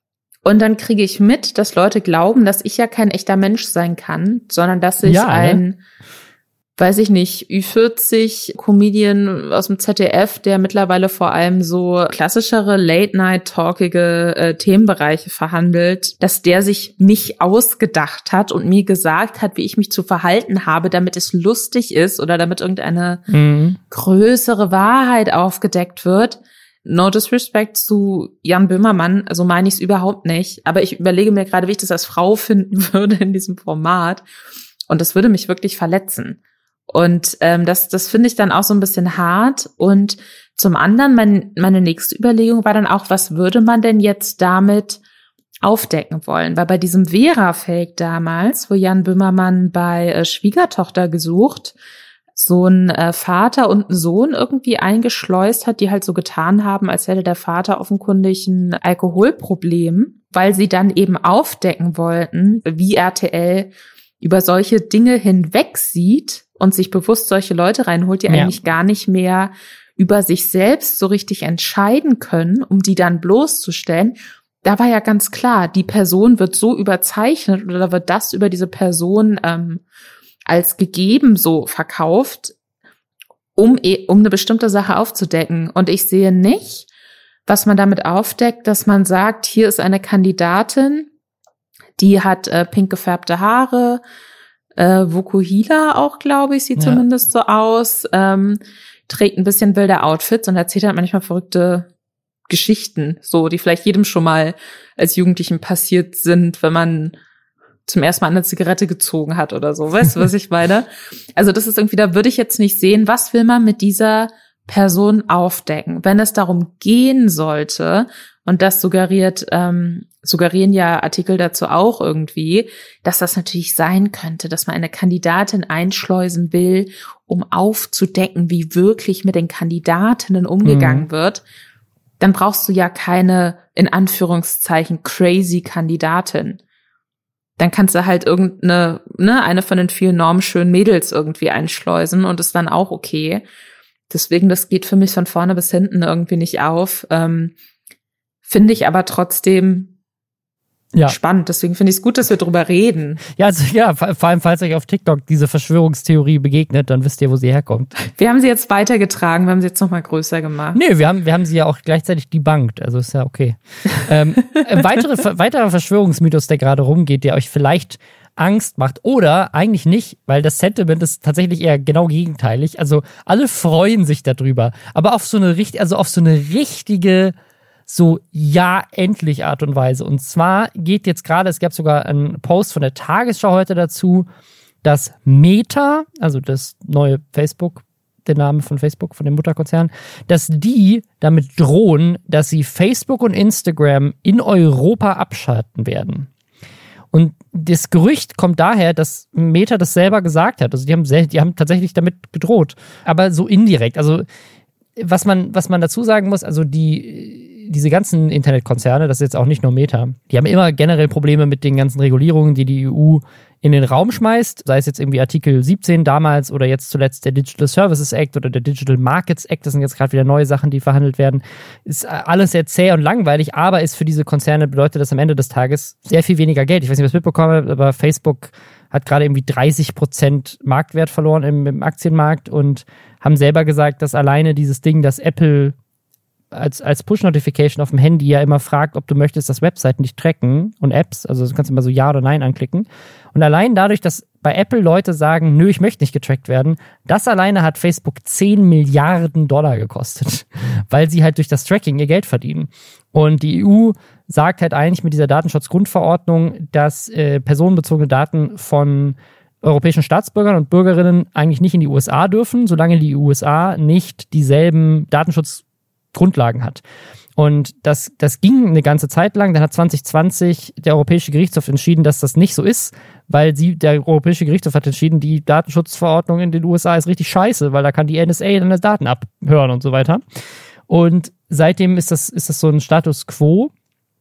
und dann kriege ich mit, dass Leute glauben, dass ich ja kein echter Mensch sein kann, sondern dass ich ja, ein, ne? weiß ich nicht, Ü vierzig Comedian aus dem Z D F, der mittlerweile vor allem so klassischere Late-Night-talkige äh, Themenbereiche verhandelt, dass der sich mich ausgedacht hat und mir gesagt hat, wie ich mich zu verhalten habe, damit es lustig ist oder damit irgendeine mhm. größere Wahrheit aufgedeckt wird. No disrespect zu Jan Böhmermann, also meine ich es überhaupt nicht. Aber ich überlege mir gerade, wie ich das als Frau finden würde in diesem Format. Und das würde mich wirklich verletzen. Und ähm, das, das finde ich dann auch so ein bisschen hart. Und zum anderen, mein, meine nächste Überlegung war dann auch, was würde man denn jetzt damit aufdecken wollen? Weil bei diesem Vera-Fake damals, wo Jan Böhmermann bei äh, Schwiegertochter gesucht so ein äh, Vater und ein Sohn irgendwie eingeschleust hat, die halt so getan haben, als hätte der Vater offenkundig ein Alkoholproblem, weil sie dann eben aufdecken wollten, wie R T L über solche Dinge hinweg sieht und sich bewusst solche Leute reinholt, die ja. eigentlich gar nicht mehr über sich selbst so richtig entscheiden können, um die dann bloßzustellen. da war ja ganz klar, die Person wird so überzeichnet oder wird das über diese Person ähm, als gegeben so verkauft, um, um eine bestimmte Sache aufzudecken. Und ich sehe nicht, was man damit aufdeckt, dass man sagt, hier ist eine Kandidatin, die hat äh, pink gefärbte Haare, äh, Vokuhila auch, glaube ich, sieht ja. zumindest so aus, ähm, trägt ein bisschen wilde Outfits und erzählt halt manchmal verrückte Geschichten, so, die vielleicht jedem schon mal als Jugendlichen passiert sind, wenn man zum ersten Mal eine Zigarette gezogen hat oder so. Weißt du, was ich meine? Also das ist irgendwie, da würde ich jetzt nicht sehen, was will man mit dieser Person aufdecken. Wenn es darum gehen sollte, und das suggeriert, ähm, suggerieren ja Artikel dazu auch irgendwie, dass das natürlich sein könnte, dass man eine Kandidatin einschleusen will, um aufzudecken, wie wirklich mit den Kandidatinnen umgegangen mhm. wird, dann brauchst du ja keine, in Anführungszeichen, crazy Kandidatin. Dann kannst du halt irgendeine, ne, eine von den vielen normschönen Mädels irgendwie einschleusen und ist dann auch okay. Deswegen, das geht für mich von vorne bis hinten irgendwie nicht auf. Ähm, finde ich aber trotzdem ja. spannend. Deswegen finde ich es gut, dass wir drüber reden. Ja, also ja, vor allem, falls euch auf TikTok diese Verschwörungstheorie begegnet, dann wisst ihr, wo sie herkommt. Wir haben sie jetzt weitergetragen, wir haben sie jetzt noch mal größer gemacht. Nee, wir haben, wir haben sie ja auch gleichzeitig debunked, also ist ja okay. ähm, ein weitere, weiterer Verschwörungsmythos, der gerade rumgeht, der euch vielleicht Angst macht oder eigentlich nicht, weil das Sentiment ist tatsächlich eher genau gegenteilig. Also alle freuen sich darüber, aber auf so eine richtig, also auf so eine richtige so, ja, endlich Art und Weise. Und zwar geht jetzt gerade, es gab sogar einen Post von der Tagesschau heute dazu, dass Meta, also das neue Facebook, der Name von Facebook, von dem Mutterkonzern, dass die damit drohen, dass sie Facebook und Instagram in Europa abschalten werden. Und das Gerücht kommt daher, dass Meta das selber gesagt hat. Also die haben, sehr, die haben tatsächlich damit gedroht, aber so indirekt. Also was man, was man dazu sagen muss, also die diese ganzen Internetkonzerne, das ist jetzt auch nicht nur Meta, die haben immer generell Probleme mit den ganzen Regulierungen, die die E U in den Raum schmeißt, sei es jetzt irgendwie Artikel siebzehn damals oder jetzt zuletzt der Digital Services Act oder der Digital Markets Act, das sind jetzt gerade wieder neue Sachen, die verhandelt werden, ist alles sehr zäh und langweilig, aber ist für diese Konzerne, bedeutet das am Ende des Tages sehr viel weniger Geld. Ich weiß nicht, was ich mitbekomme, aber Facebook hat gerade irgendwie dreißig Prozent Marktwert verloren im, im Aktienmarkt und haben selber gesagt, dass alleine dieses Ding, das Apple als, als Push-Notification auf dem Handy ja immer fragt, ob du möchtest, dass Webseiten dich tracken und Apps, also du kannst immer so Ja oder Nein anklicken. Und allein dadurch, dass bei Apple Leute sagen, nö, ich möchte nicht getrackt werden, das alleine hat Facebook zehn Milliarden Dollar gekostet, weil sie halt durch das Tracking ihr Geld verdienen. Und die E U sagt halt eigentlich mit dieser Datenschutzgrundverordnung, dass äh, personenbezogene Daten von europäischen Staatsbürgern und Bürgerinnen eigentlich nicht in die U S A dürfen, solange die U S A nicht dieselben Datenschutzgrundlagen hat. Und das, das ging eine ganze Zeit lang. Dann hat zwanzig zwanzig der Europäische Gerichtshof entschieden, dass das nicht so ist, weil sie, der Europäische Gerichtshof hat entschieden, die Datenschutzverordnung in den U S A ist richtig scheiße, weil da kann die N S A dann das Daten abhören und so weiter. Und seitdem ist das, ist das so ein Status quo.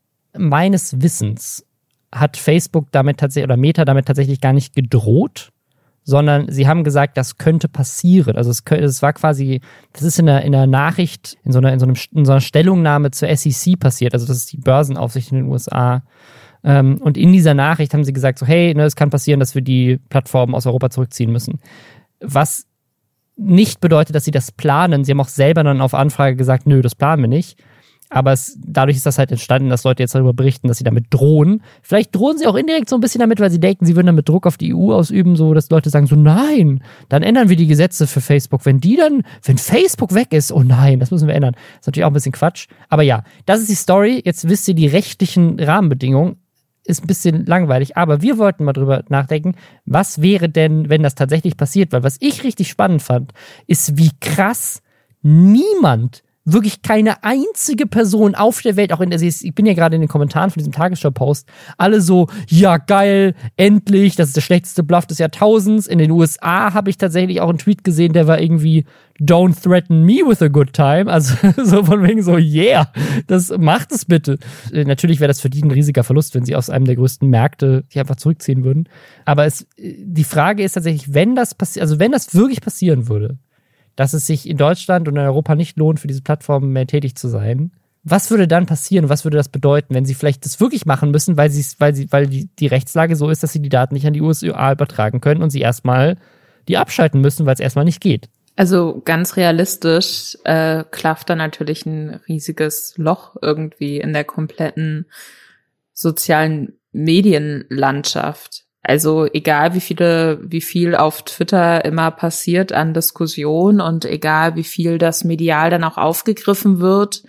Meines Wissens hat Facebook damit tatsächlich oder Meta damit tatsächlich gar nicht gedroht, sondern sie haben gesagt, das könnte passieren. Also es, es war quasi, das ist in der, in der Nachricht, in so einer, in so einem, in so einer Stellungnahme zur S E C passiert, also das ist die Börsenaufsicht in den U S A. Und in dieser Nachricht haben sie gesagt, so hey, ne, es kann passieren, dass wir die Plattformen aus Europa zurückziehen müssen. Was nicht bedeutet, dass sie das planen. Sie haben auch selber dann auf Anfrage gesagt, nö, das planen wir nicht. Aber es, dadurch ist das halt entstanden, dass Leute jetzt darüber berichten, dass sie damit drohen. Vielleicht drohen sie auch indirekt so ein bisschen damit, weil sie denken, sie würden damit Druck auf die E U ausüben, so dass Leute sagen so, nein, dann ändern wir die Gesetze für Facebook. Wenn die dann, wenn Facebook weg ist, oh nein, das müssen wir ändern. Das ist natürlich auch ein bisschen Quatsch. Aber ja, das ist die Story. Jetzt wisst ihr die rechtlichen Rahmenbedingungen. Ist ein bisschen langweilig, aber wir wollten mal drüber nachdenken, was wäre denn, wenn das tatsächlich passiert? Weil was ich richtig spannend fand, ist, wie krass niemand, wirklich keine einzige Person auf der Welt, auch in der, ich bin ja gerade in den Kommentaren von diesem Tagesschau-Post, alle so, ja geil, endlich, das ist der schlechteste Bluff des Jahrtausends. In den U S A habe ich tatsächlich auch einen Tweet gesehen, der war irgendwie, don't threaten me with a good time, also so von wegen so, yeah, das macht es bitte. Natürlich wäre das für die ein riesiger Verlust, wenn sie aus einem der größten Märkte sich einfach zurückziehen würden. Aber es, die Frage ist tatsächlich, wenn das passiert, also wenn das wirklich passieren würde, dass es sich in Deutschland und in Europa nicht lohnt, für diese Plattformen mehr tätig zu sein, Was würde dann passieren? Was würde das bedeuten, wenn sie vielleicht das wirklich machen müssen, weil sie, weil sie, weil die, die Rechtslage so ist, dass sie die Daten nicht an die U S A übertragen können und sie erstmal die abschalten müssen, weil es erstmal nicht geht? Also ganz realistisch äh, klafft da natürlich ein riesiges Loch irgendwie in der kompletten sozialen Medienlandschaft. Also egal wie viele, wie viel auf Twitter immer passiert an Diskussion und egal wie viel das medial dann auch aufgegriffen wird,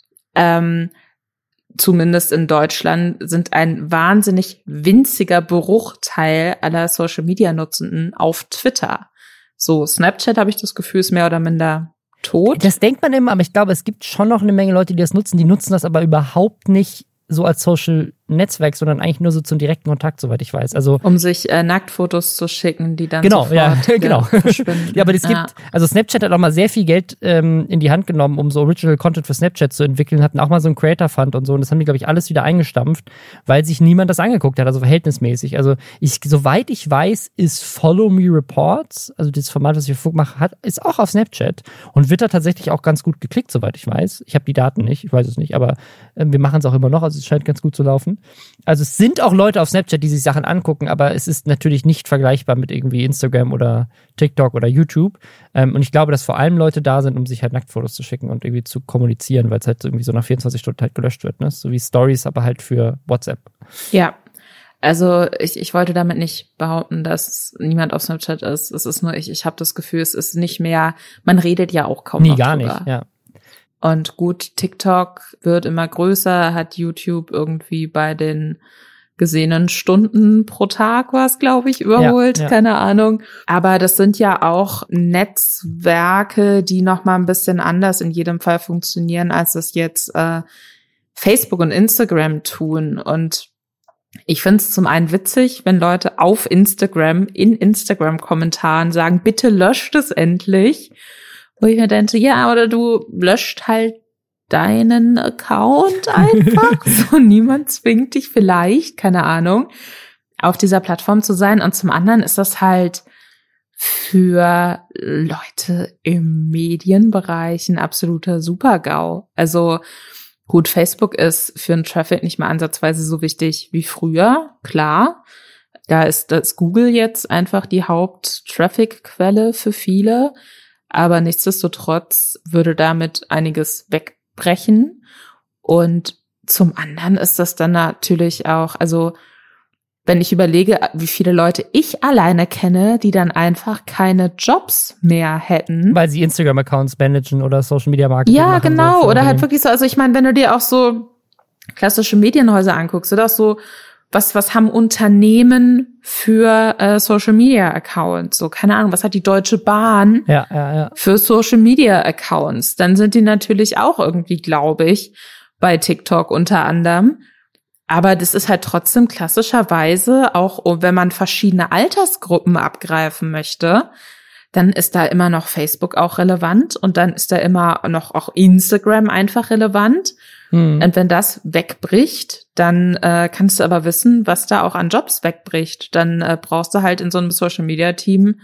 ähm, zumindest in Deutschland sind ein wahnsinnig winziger Bruchteil aller Social-Media-Nutzenden auf Twitter. So, Snapchat, habe ich das Gefühl, ist mehr oder minder tot. Das denkt man immer, aber ich glaube, es gibt schon noch eine Menge Leute, die das nutzen. Die nutzen das aber überhaupt nicht so als Social-Netzwerk, sondern eigentlich nur so zum direkten Kontakt, soweit ich weiß. Also um sich äh, Nacktfotos zu schicken, die dann genau, sofort ja, genau. verschwinden. Ja, aber es ja. gibt, also Snapchat hat auch mal sehr viel Geld ähm, in die Hand genommen, um so Original Content für Snapchat zu entwickeln, hatten auch mal so einen Creator Fund und so, und das haben die, glaube ich, alles wieder eingestampft, weil sich niemand das angeguckt hat, also verhältnismäßig. Also ich, soweit ich weiß, ist Follow Me Reports, also das Format, was ich für Funk mache, hat, ist auch auf Snapchat und wird da tatsächlich auch ganz gut geklickt, soweit ich weiß. Ich habe die Daten nicht, ich weiß es nicht, aber äh, wir machen es auch immer noch, also es scheint ganz gut zu laufen. Also es sind auch Leute auf Snapchat, die sich Sachen angucken, aber es ist natürlich nicht vergleichbar mit irgendwie Instagram oder TikTok oder YouTube. Ähm, und ich glaube, dass vor allem Leute da sind, um sich halt Nacktfotos zu schicken und irgendwie zu kommunizieren, weil es halt irgendwie so nach vierundzwanzig Stunden halt gelöscht wird, ne? So wie Stories, aber halt für WhatsApp. Ja, also ich, ich wollte damit nicht behaupten, dass niemand auf Snapchat ist. Es ist nur, ich, ich habe das Gefühl, es ist nicht mehr, man redet ja auch kaum Nie, noch gar drüber. nicht, ja. Und gut, TikTok wird immer größer, hat YouTube irgendwie bei den gesehenen Stunden pro Tag was, glaube ich, überholt, ja, ja. Keine Ahnung. Aber das sind ja auch Netzwerke, die noch mal ein bisschen anders in jedem Fall funktionieren, als das jetzt äh, Facebook und Instagram tun. Und ich finde es zum einen witzig, wenn Leute auf Instagram in Instagram-Kommentaren sagen, bitte löscht es endlich. Wo ich mir denke, ja, oder du löscht halt deinen Account einfach. So, niemand zwingt dich vielleicht, keine Ahnung, auf dieser Plattform zu sein. Und zum anderen ist das halt für Leute im Medienbereich ein absoluter Super-GAU. Also gut, Facebook ist für den Traffic nicht mehr ansatzweise so wichtig wie früher, klar. Da ist das Google jetzt einfach die Haupt-Traffic-Quelle für viele. Aber nichtsdestotrotz würde damit einiges wegbrechen. Und zum anderen ist das dann natürlich auch, also wenn ich überlege, wie viele Leute ich alleine kenne, die dann einfach keine Jobs mehr hätten. Weil sie Instagram-Accounts managen oder Social-Media-Marketing Ja, machen. genau. So oder halt wirklich so, also ich meine, wenn du dir auch so klassische Medienhäuser anguckst, oder auch so, was, was haben Unternehmen für äh, Social Media Accounts? So, keine Ahnung, was hat die Deutsche Bahn ja, ja, ja. für Social Media Accounts? Dann sind die natürlich auch irgendwie, glaube ich, bei TikTok unter anderem. Aber das ist halt trotzdem klassischerweise, auch wenn man verschiedene Altersgruppen abgreifen möchte, dann ist da immer noch Facebook auch relevant und dann ist da immer noch auch Instagram einfach relevant. Hm. Und wenn das wegbricht, dann äh, kannst du aber wissen, was da auch an Jobs wegbricht. Dann äh, brauchst du halt in so einem Social-Media-Team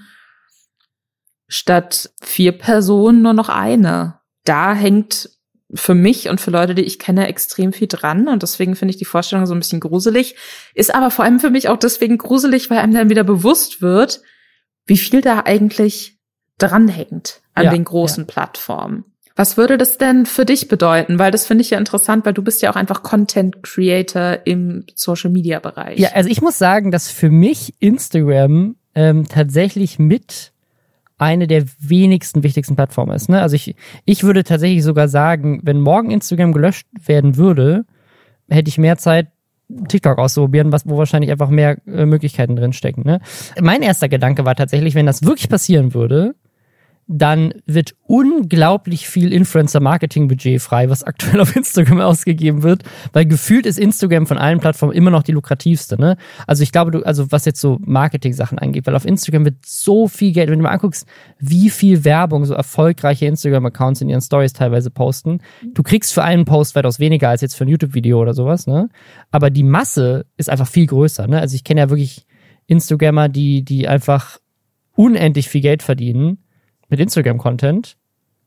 statt vier Personen nur noch eine. Da hängt für mich und für Leute, die ich kenne, extrem viel dran. Und deswegen finde ich die Vorstellung so ein bisschen gruselig. Ist aber vor allem für mich auch deswegen gruselig, weil einem dann wieder bewusst wird, wie viel da eigentlich dranhängt an ja, den großen ja. Plattformen. Was würde das denn für dich bedeuten? Weil das finde ich ja interessant, weil du bist ja auch einfach Content Creator im Social-Media-Bereich. Ja, also ich muss sagen, dass für mich Instagram ähm, tatsächlich mit eine der wenigsten wichtigsten Plattformen ist. Ne? Also ich, ich würde tatsächlich sogar sagen, wenn morgen Instagram gelöscht werden würde, hätte ich mehr Zeit, TikTok auszuprobieren, was, wo wahrscheinlich einfach mehr äh, Möglichkeiten drin stecken. Ne? Mein erster Gedanke war tatsächlich, wenn das wirklich passieren würde, dann wird unglaublich viel Influencer-Marketing-Budget frei, was aktuell auf Instagram ausgegeben wird, weil gefühlt ist Instagram von allen Plattformen immer noch die lukrativste, ne? Also ich glaube, du, also was jetzt so Marketing-Sachen angeht, weil auf Instagram wird so viel Geld, wenn du mal anguckst, wie viel Werbung so erfolgreiche Instagram-Accounts in ihren Stories teilweise posten, du kriegst für einen Post weitaus weniger als jetzt für ein YouTube-Video oder sowas, ne? Aber die Masse ist einfach viel größer, ne? Also ich kenne ja wirklich Instagrammer, die, die einfach unendlich viel Geld verdienen mit Instagram-Content,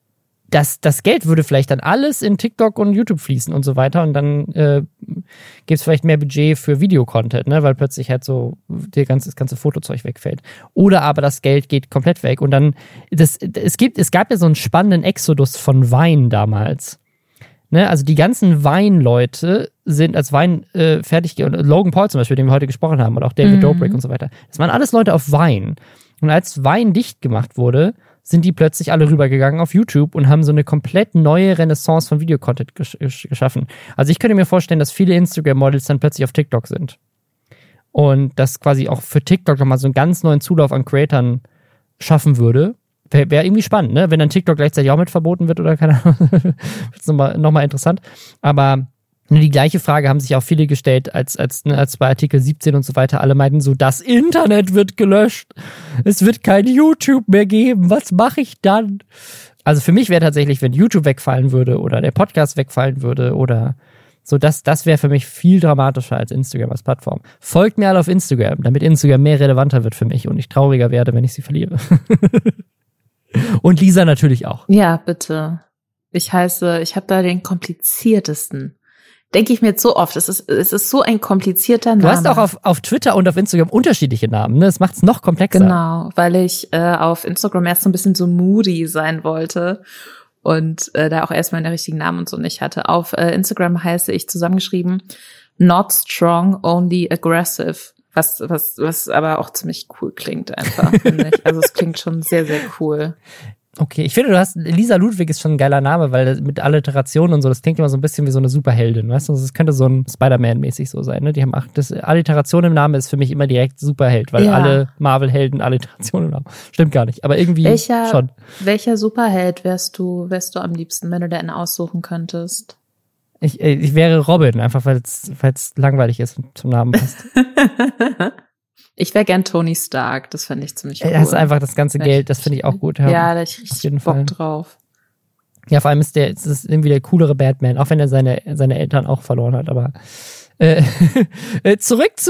das, das Geld würde vielleicht dann alles in TikTok und YouTube fließen und so weiter und dann äh, gibt es vielleicht mehr Budget für Videocontent, ne, weil plötzlich halt so der ganze, das ganze Fotozeug wegfällt. Oder aber das Geld geht komplett weg und dann, das, es gibt, es gab ja so einen spannenden Exodus von Vine damals. Ne, also die ganzen Vine-Leute sind als Vine äh, fertig, und Logan Paul zum Beispiel, den wir heute gesprochen haben, oder auch David mhm. Dobrik und so weiter. Das waren alles Leute auf Vine. Und als Vine dicht gemacht wurde, sind die plötzlich alle rübergegangen auf YouTube und haben so eine komplett neue Renaissance von Videocontent gesch- geschaffen. Also ich könnte mir vorstellen, dass viele Instagram-Models dann plötzlich auf TikTok sind. Und das quasi auch für TikTok nochmal so einen ganz neuen Zulauf an Creatern schaffen würde. Wäre wär irgendwie spannend, ne? Wenn dann TikTok gleichzeitig auch mit verboten wird oder keine Ahnung. Wird es nochmal noch mal interessant. Aber die gleiche Frage haben sich auch viele gestellt, als, als, ne, als bei Artikel siebzehn und so weiter alle meinten so, das Internet wird gelöscht. Es wird kein YouTube mehr geben. Was mache ich dann? Also für mich wäre tatsächlich, wenn YouTube wegfallen würde oder der Podcast wegfallen würde oder so, das, das wäre für mich viel dramatischer als Instagram als Plattform. Folgt mir alle auf Instagram, damit Instagram mehr relevanter wird für mich und ich trauriger werde, wenn ich sie verliere. Und Lisa natürlich auch. Ja, bitte. Ich heiße, ich habe da den kompliziertesten. Denke ich mir jetzt so oft. Es ist, es ist so ein komplizierter Name. Du hast auch auf, auf Twitter und auf Instagram unterschiedliche Namen, ne? Das macht es noch komplexer. Genau, weil ich äh, auf Instagram erst so ein bisschen so moody sein wollte und äh, da auch erstmal den richtigen Namen und so nicht hatte. Auf äh, Instagram heiße ich zusammengeschrieben Not Strong, Only Aggressive. Was, was, was aber auch ziemlich cool klingt einfach, finde ich. Also es klingt schon sehr, sehr cool. Okay, ich finde, du hast, Lisa Ludwig ist schon ein geiler Name, weil mit Alliteration und so, das klingt immer so ein bisschen wie so eine Superheldin, weißt du? Das könnte so ein Spider-Man-mäßig so sein, ne? Die haben auch, das Alliteration im Namen ist für mich immer direkt Superheld, weil ja. alle Marvel-Helden Alliteration im Namen. Stimmt gar nicht, aber irgendwie welcher, schon. Welcher Superheld wärst du, wärst du am liebsten, wenn du den aussuchen könntest? Ich, ich wäre Robin, einfach weil es langweilig ist und zum Namen passt. Ich wäre gern Tony Stark, das fände ich ziemlich cool. Er ist einfach das ganze Geld, das finde ich auch gut. Ja, ja da ich richtig Bock Fall. drauf. Ja, vor allem ist der, ist irgendwie der coolere Batman, auch wenn er seine, seine Eltern auch verloren hat, aber äh, zurück zu,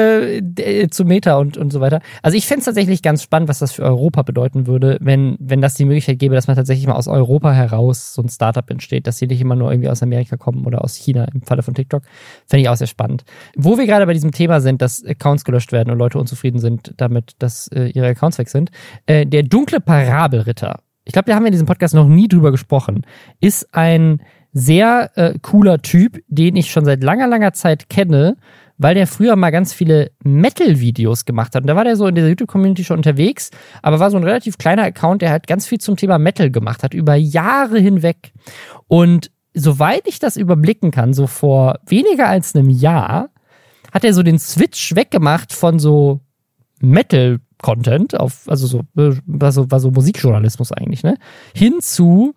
äh, zu Meta und, und so weiter. Also ich fände es tatsächlich ganz spannend, was das für Europa bedeuten würde, wenn, wenn das die Möglichkeit gäbe, dass man tatsächlich mal aus Europa heraus so ein Startup entsteht, dass sie nicht immer nur irgendwie aus Amerika kommen oder aus China im Falle von TikTok. Fände ich auch sehr spannend. Wo wir gerade bei diesem Thema sind, dass Accounts gelöscht werden und Leute unzufrieden sind damit, dass äh, ihre Accounts weg sind. Äh, der dunkle Parabelritter, ich glaube, da haben wir in diesem Podcast noch nie drüber gesprochen, ist ein sehr äh, cooler Typ, den ich schon seit langer, langer Zeit kenne, weil der früher mal ganz viele Metal-Videos gemacht hat. Und da war der so in der YouTube-Community schon unterwegs, aber war so ein relativ kleiner Account, der halt ganz viel zum Thema Metal gemacht hat, über Jahre hinweg. Und soweit ich das überblicken kann, so vor weniger als einem Jahr, hat er so den Switch weggemacht von so Metal-Content, auf, also so, war so, war so Musikjournalismus eigentlich, ne, hin zu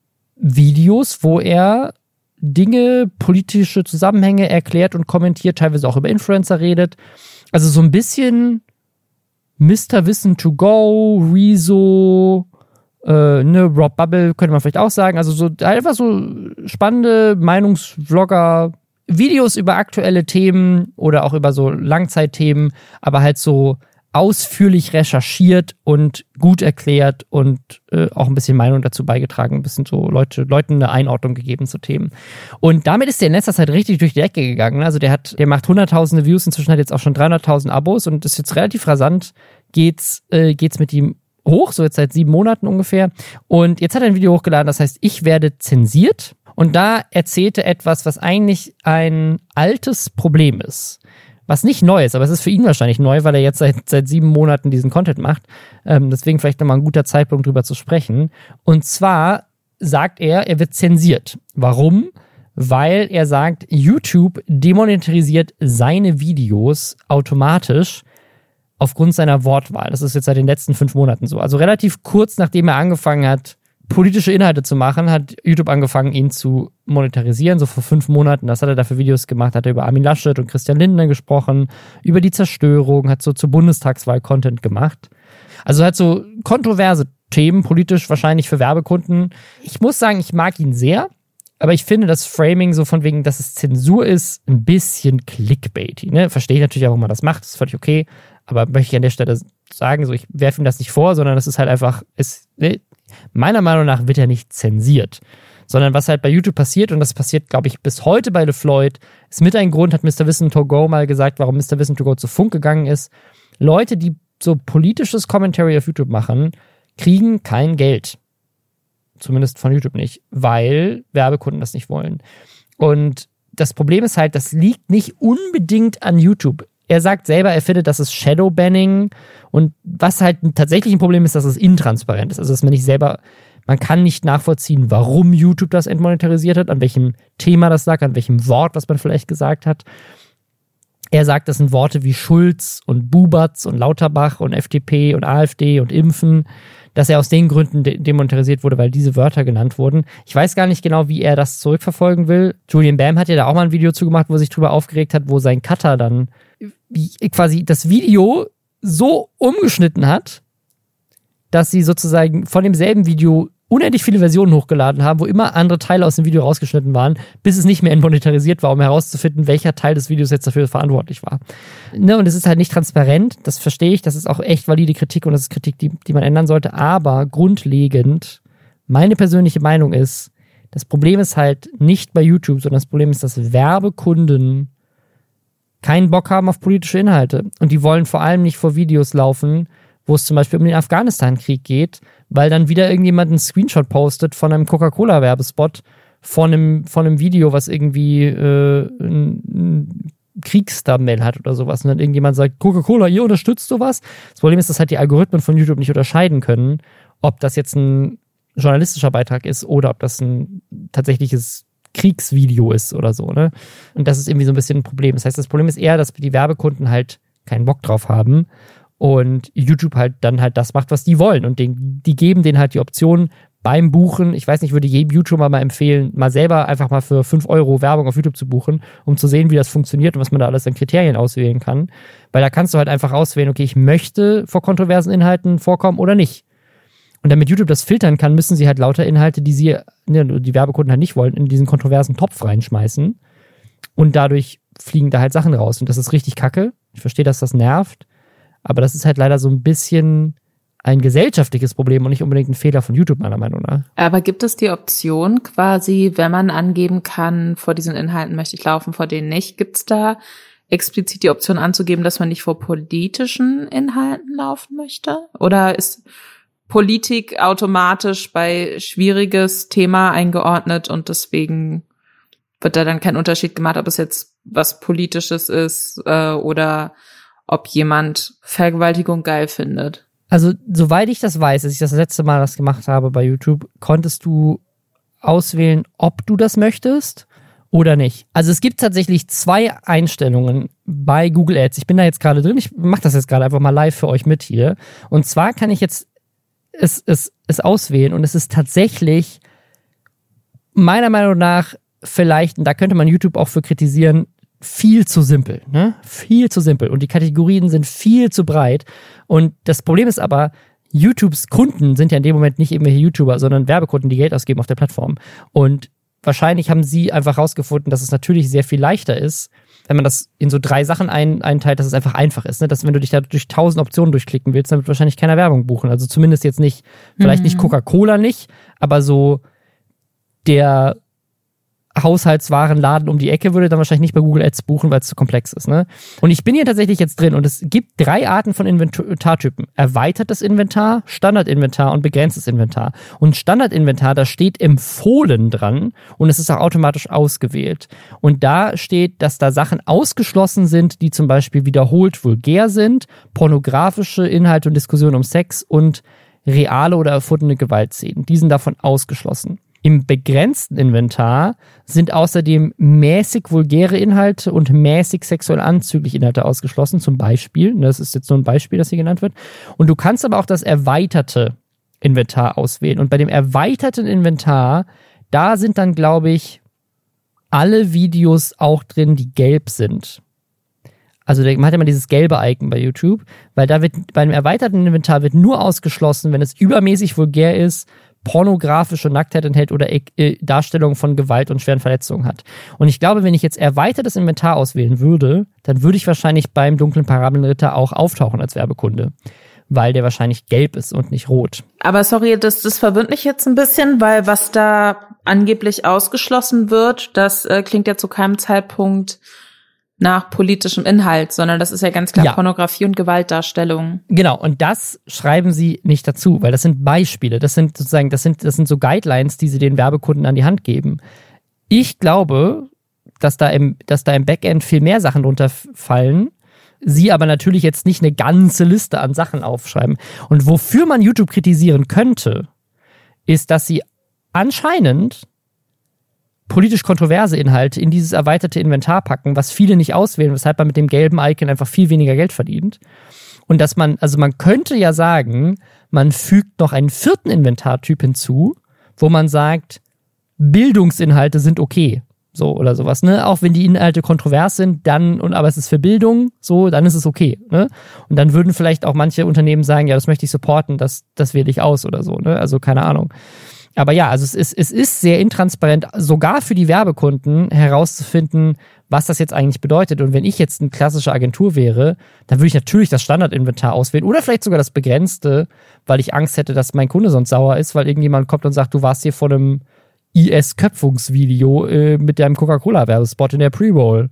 Videos, wo er Dinge, politische Zusammenhänge erklärt und kommentiert, teilweise auch über Influencer redet. Also so ein bisschen Mister Wissen to go, Rezo, äh, ne, Rob Bubble könnte man vielleicht auch sagen. Also so einfach so spannende Meinungsvlogger, Videos über aktuelle Themen oder auch über so Langzeitthemen, aber halt so ausführlich recherchiert und gut erklärt und äh, auch ein bisschen Meinung dazu beigetragen, ein bisschen so Leute, Leuten eine Einordnung gegeben zu Themen. Und damit ist der in letzter Zeit richtig durch die Decke gegangen. Also der hat, der macht hunderttausende Views, inzwischen hat jetzt auch schon dreihunderttausend Abos und ist jetzt relativ rasant, geht's, äh, geht's mit ihm hoch, so jetzt seit sieben Monaten ungefähr. Und jetzt hat er ein Video hochgeladen, das heißt, ich werde zensiert. Und da erzählte etwas, was eigentlich ein altes Problem ist. Was nicht neu ist, aber es ist für ihn wahrscheinlich neu, weil er jetzt seit, seit sieben Monaten diesen Content macht. Ähm, deswegen vielleicht nochmal ein guter Zeitpunkt, drüber zu sprechen. Und zwar sagt er, er wird zensiert. Warum? Weil er sagt, YouTube demonetarisiert seine Videos automatisch aufgrund seiner Wortwahl. Das ist jetzt seit den letzten fünf Monaten so. Also relativ kurz, nachdem er angefangen hat, politische Inhalte zu machen, hat YouTube angefangen, ihn zu monetarisieren, so vor fünf Monaten. Das hat er dafür Videos gemacht, hat er über Armin Laschet und Christian Lindner gesprochen, über die Zerstörung, hat so zur Bundestagswahl Content gemacht. Also hat so kontroverse Themen, politisch wahrscheinlich für Werbekunden. Ich muss sagen, ich mag ihn sehr, aber ich finde das Framing so von wegen, dass es Zensur ist, ein bisschen clickbaity. Ne? Verstehe ich natürlich auch, warum man das macht, das ist völlig okay, aber möchte ich an der Stelle sagen, so ich werfe ihm das nicht vor, sondern das ist halt einfach, ist, ne? Meiner Meinung nach wird er nicht zensiert, sondern was halt bei YouTube passiert, und das passiert, glaube ich, bis heute bei LeFloid, ist mit ein Grund, hat Mister Wissen to Go mal gesagt, warum Mister Wissen to Go zu Funk gegangen ist. Leute, die so politisches Commentary auf YouTube machen, kriegen kein Geld. Zumindest von YouTube nicht, weil Werbekunden das nicht wollen. Und das Problem ist halt, das liegt nicht unbedingt an YouTube. Er sagt selber, er findet, das ist Shadowbanning, und was halt tatsächlich ein Problem ist, dass es intransparent ist. Also, dass man nicht selber, man kann nicht nachvollziehen, warum YouTube das entmonetarisiert hat, an welchem Thema das lag, an welchem Wort, was man vielleicht gesagt hat. Er sagt, das sind Worte wie Schulz und Bubatz und Lauterbach und F D P und AfD und Impfen, dass er aus den Gründen de- demonetarisiert wurde, weil diese Wörter genannt wurden. Ich weiß gar nicht genau, wie er das zurückverfolgen will. Julian Bam hat ja da auch mal ein Video zugemacht, wo er sich drüber aufgeregt hat, wo sein Cutter dann quasi das Video so umgeschnitten hat, dass sie sozusagen von demselben Video unendlich viele Versionen hochgeladen haben, wo immer andere Teile aus dem Video rausgeschnitten waren, bis es nicht mehr entmonetarisiert war, um herauszufinden, welcher Teil des Videos jetzt dafür verantwortlich war. Ne, und es ist halt nicht transparent, das verstehe ich, das ist auch echt valide Kritik und das ist Kritik, die, die man ändern sollte, aber grundlegend, meine persönliche Meinung ist, das Problem ist halt nicht bei YouTube, sondern das Problem ist, dass Werbekunden keinen Bock haben auf politische Inhalte, und die wollen vor allem nicht vor Videos laufen, wo es zum Beispiel um den Afghanistan-Krieg geht, weil dann wieder irgendjemand einen Screenshot postet von einem Coca-Cola-Werbespot, von einem, von einem Video, was irgendwie äh, ein, ein Kriegs-Thumbnail hat oder sowas. Und dann irgendjemand sagt, Coca-Cola, ihr unterstützt sowas. Das Problem ist, dass halt die Algorithmen von YouTube nicht unterscheiden können, ob das jetzt ein journalistischer Beitrag ist oder ob das ein tatsächliches Kriegsvideo ist oder so, ne? Und das ist irgendwie so ein bisschen ein Problem. Das heißt, das Problem ist eher, dass die Werbekunden halt keinen Bock drauf haben und YouTube halt dann halt das macht, was die wollen. Und den, die geben denen halt die Option beim Buchen. Ich weiß nicht, ich würde jedem YouTuber mal empfehlen, mal selber einfach mal für fünf Euro Werbung auf YouTube zu buchen, um zu sehen, wie das funktioniert und was man da alles an Kriterien auswählen kann. Weil da kannst du halt einfach auswählen, okay, ich möchte vor kontroversen Inhalten vorkommen oder nicht. Und damit YouTube das filtern kann, müssen sie halt lauter Inhalte, die sie, ne, die Werbekunden halt nicht wollen, in diesen kontroversen Topf reinschmeißen. Und dadurch fliegen da halt Sachen raus. Und das ist richtig kacke. Ich verstehe, dass das nervt. Aber das ist halt leider so ein bisschen ein gesellschaftliches Problem und nicht unbedingt ein Fehler von YouTube, meiner Meinung nach. Aber gibt es die Option quasi, wenn man angeben kann, vor diesen Inhalten möchte ich laufen, vor denen nicht, gibt es da explizit die Option anzugeben, dass man nicht vor politischen Inhalten laufen möchte? Oder ist Politik automatisch bei schwieriges Thema eingeordnet und deswegen wird da dann kein Unterschied gemacht, ob es jetzt was Politisches ist äh, oder ob jemand Vergewaltigung geil findet? Also, soweit ich das weiß, als ich das letzte Mal das gemacht habe bei YouTube, konntest du auswählen, ob du das möchtest oder nicht. Also es gibt tatsächlich zwei Einstellungen bei Google Ads. Ich bin da jetzt gerade drin, ich mache das jetzt gerade einfach mal live für euch mit hier. Und zwar kann ich jetzt es, es, es auswählen und es ist tatsächlich meiner Meinung nach vielleicht, und da könnte man YouTube auch für kritisieren, viel zu simpel, ne? Viel zu simpel. Und die Kategorien sind viel zu breit. Und das Problem ist aber, YouTubes Kunden sind ja in dem Moment nicht irgendwelche YouTuber, sondern Werbekunden, die Geld ausgeben auf der Plattform. Und wahrscheinlich haben sie einfach rausgefunden, dass es natürlich sehr viel leichter ist, wenn man das in so drei Sachen ein, einteilt, dass es einfach einfach ist. Ne? Dass wenn du dich da durch tausend Optionen durchklicken willst, dann wird wahrscheinlich keiner Werbung buchen. Also zumindest jetzt nicht, vielleicht mhm. nicht Coca-Cola nicht, aber so der Haushaltswarenladen um die Ecke würde dann wahrscheinlich nicht bei Google Ads buchen, weil es zu komplex ist. Ne? Und ich bin hier tatsächlich jetzt drin und es gibt drei Arten von Inventartypen. Erweitertes Inventar, Standardinventar und begrenztes Inventar. Und Standardinventar, da steht empfohlen dran und es ist auch automatisch ausgewählt. Und da steht, dass da Sachen ausgeschlossen sind, die zum Beispiel wiederholt vulgär sind, pornografische Inhalte und Diskussionen um Sex und reale oder erfundene Gewaltszenen. Die sind davon ausgeschlossen. Im begrenzten Inventar sind außerdem mäßig vulgäre Inhalte und mäßig sexuell anzügliche Inhalte ausgeschlossen, zum Beispiel. Das ist jetzt so ein Beispiel, das hier genannt wird. Und du kannst aber auch das erweiterte Inventar auswählen. Und bei dem erweiterten Inventar, da sind dann, glaube ich, alle Videos auch drin, die gelb sind. Also man hat immer dieses gelbe Icon bei YouTube, weil da wird bei einem erweiterten Inventar wird nur ausgeschlossen, wenn es übermäßig vulgär ist, pornografische Nacktheit enthält oder äh, Darstellungen von Gewalt und schweren Verletzungen hat. Und ich glaube, wenn ich jetzt erweitertes Inventar auswählen würde, dann würde ich wahrscheinlich beim dunklen Parabelritter auch auftauchen als Werbekunde. weil der wahrscheinlich gelb ist und nicht rot. Aber sorry, das, das verwirrt mich jetzt ein bisschen, weil was da angeblich ausgeschlossen wird, das äh, klingt ja zu keinem Zeitpunkt nach politischem Inhalt, sondern das ist ja ganz klar ja. Pornografie und Gewaltdarstellung. Genau, und das schreiben sie nicht dazu, weil das sind Beispiele, das sind sozusagen, das sind, das sind so Guidelines, die sie den Werbekunden an die Hand geben. Ich glaube, dass da im, dass da im Backend viel mehr Sachen drunter fallen, sie aber natürlich jetzt nicht eine ganze Liste an Sachen aufschreiben. Und wofür man YouTube kritisieren könnte, ist, dass sie anscheinend politisch kontroverse Inhalte in dieses erweiterte Inventar packen, was viele nicht auswählen, weshalb man mit dem gelben Icon einfach viel weniger Geld verdient. Und dass man, also man könnte ja sagen, man fügt noch einen vierten Inventartyp hinzu, wo man sagt, Bildungsinhalte sind okay. So oder sowas, ne? Auch wenn die Inhalte kontrovers sind, dann, und aber es ist für Bildung, so, dann ist es okay, ne? Und dann würden vielleicht auch manche Unternehmen sagen, ja, das möchte ich supporten, das, das wähle ich aus oder so, ne? Also keine Ahnung. Aber ja, also es ist, es ist sehr intransparent, sogar für die Werbekunden herauszufinden, was das jetzt eigentlich bedeutet. Und wenn ich jetzt eine klassische Agentur wäre, dann würde ich natürlich das Standardinventar auswählen oder vielleicht sogar das begrenzte, weil ich Angst hätte, dass mein Kunde sonst sauer ist, weil irgendjemand kommt und sagt, du warst hier vor einem I S-Köpfungsvideo äh, mit deinem Coca-Cola-Werbespot in der Pre-Roll.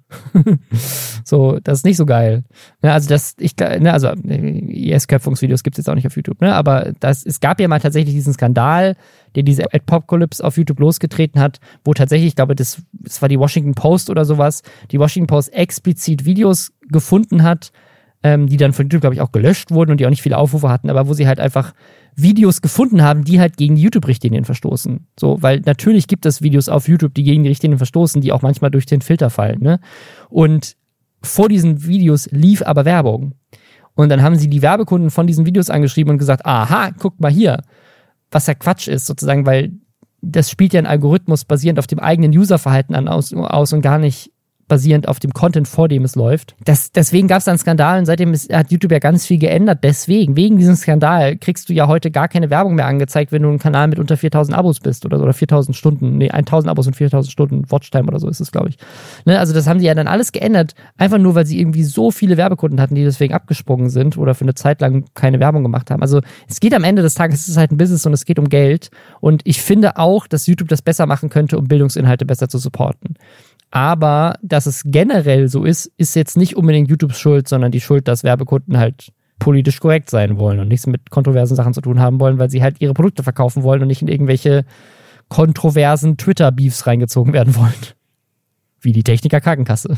So, das ist nicht so geil. Ja, also das, ich, ne, also I S-Köpfungsvideos gibt es jetzt auch nicht auf YouTube, ne? Aber das, es gab ja mal tatsächlich diesen Skandal, der diese Adpocalypse auf YouTube losgetreten hat, wo tatsächlich, ich glaube, das, das war die Washington Post oder sowas, die Washington Post explizit Videos gefunden hat, ähm, die dann von YouTube, glaube ich, auch gelöscht wurden und die auch nicht viele Aufrufe hatten, aber wo sie halt einfach Videos gefunden haben, die halt gegen die YouTube-Richtlinien verstoßen. So, weil natürlich gibt es Videos auf YouTube, die gegen die Richtlinien verstoßen, die auch manchmal durch den Filter fallen, ne? Und vor diesen Videos lief aber Werbung. Und dann haben sie die Werbekunden von diesen Videos angeschrieben und gesagt, aha, guck mal hier, was ja Quatsch ist, sozusagen, weil das spielt ja ein Algorithmus basierend auf dem eigenen Userverhalten an aus, aus und gar nicht basierend auf dem Content, vor dem es läuft. Das, deswegen gab es dann Skandal und seitdem ist, hat YouTube ja ganz viel geändert. Deswegen, wegen diesem Skandal, kriegst du ja heute gar keine Werbung mehr angezeigt, wenn du ein Kanal mit unter viertausend Abos bist oder, oder viertausend Stunden, nee, tausend Abos und viertausend Stunden Watchtime oder so ist es, glaube ich. Ne, also das haben die ja dann alles geändert, einfach nur, weil sie irgendwie so viele Werbekunden hatten, die deswegen abgesprungen sind oder für eine Zeit lang keine Werbung gemacht haben. Also es geht am Ende des Tages, es ist halt ein Business und es geht um Geld. Und ich finde auch, dass YouTube das besser machen könnte, um Bildungsinhalte besser zu supporten. Aber dass es generell so ist, ist jetzt nicht unbedingt YouTubes Schuld, sondern die Schuld, dass Werbekunden halt politisch korrekt sein wollen und nichts mit kontroversen Sachen zu tun haben wollen, weil sie halt ihre Produkte verkaufen wollen und nicht in irgendwelche kontroversen Twitter-Beefs reingezogen werden wollen. Wie die Techniker Krankenkasse.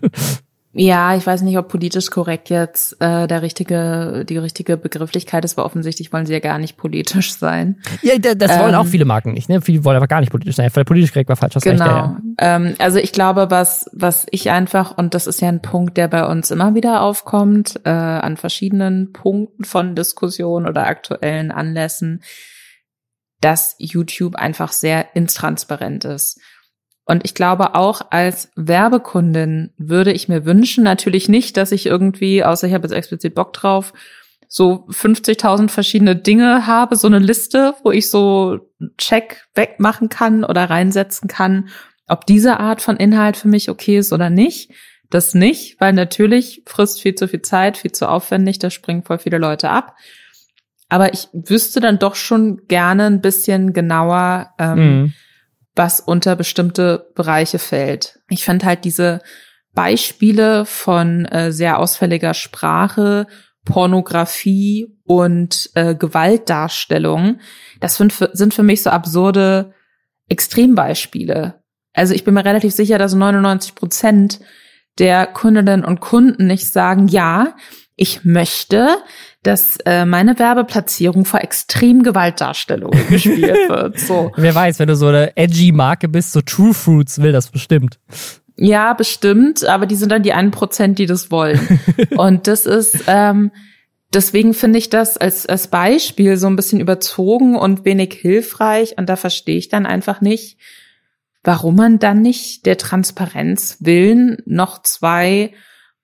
Ja, ich weiß nicht, ob politisch korrekt jetzt äh, der richtige, die richtige Begrifflichkeit ist, weil offensichtlich wollen sie ja gar nicht politisch sein. Ja, das ähm, wollen auch viele Marken nicht, ne? Viele wollen aber gar nicht politisch sein, weil politisch korrekt war falsch. Das genau. Recht, ja, ja. Ähm, also ich glaube, was was ich einfach, und das ist ja ein Punkt, der bei uns immer wieder aufkommt, äh, an verschiedenen Punkten von Diskussionen oder aktuellen Anlässen, dass YouTube einfach sehr intransparent ist. Und ich glaube auch als Werbekundin würde ich mir wünschen, natürlich nicht, dass ich irgendwie, außer ich habe jetzt explizit Bock drauf, so fünfzigtausend verschiedene Dinge habe, so eine Liste, wo ich so Check wegmachen kann oder reinsetzen kann, ob diese Art von Inhalt für mich okay ist oder nicht. Das nicht, weil natürlich frisst viel zu viel Zeit, viel zu aufwendig, da springen voll viele Leute ab. Aber ich wüsste dann doch schon gerne ein bisschen genauer, ähm, mhm. was unter bestimmte Bereiche fällt. Ich fand halt diese Beispiele von äh, sehr ausfälliger Sprache, Pornografie und äh, Gewaltdarstellung, das sind für, sind für mich so absurde Extrembeispiele. Also ich bin mir relativ sicher, dass neunundneunzig Prozent der Kundinnen und Kunden nicht sagen, ja, ich möchte, dass äh, meine Werbeplatzierung vor extrem Gewaltdarstellungen gespielt wird. So. Wer weiß, wenn du so eine edgy Marke bist, so True Fruits will das bestimmt. Ja, bestimmt, aber die sind dann die einen Prozent, die das wollen. Und das ist, ähm, deswegen finde ich das als, als Beispiel so ein bisschen überzogen und wenig hilfreich. Und da verstehe ich dann einfach nicht, warum man dann nicht der Transparenz willen noch zwei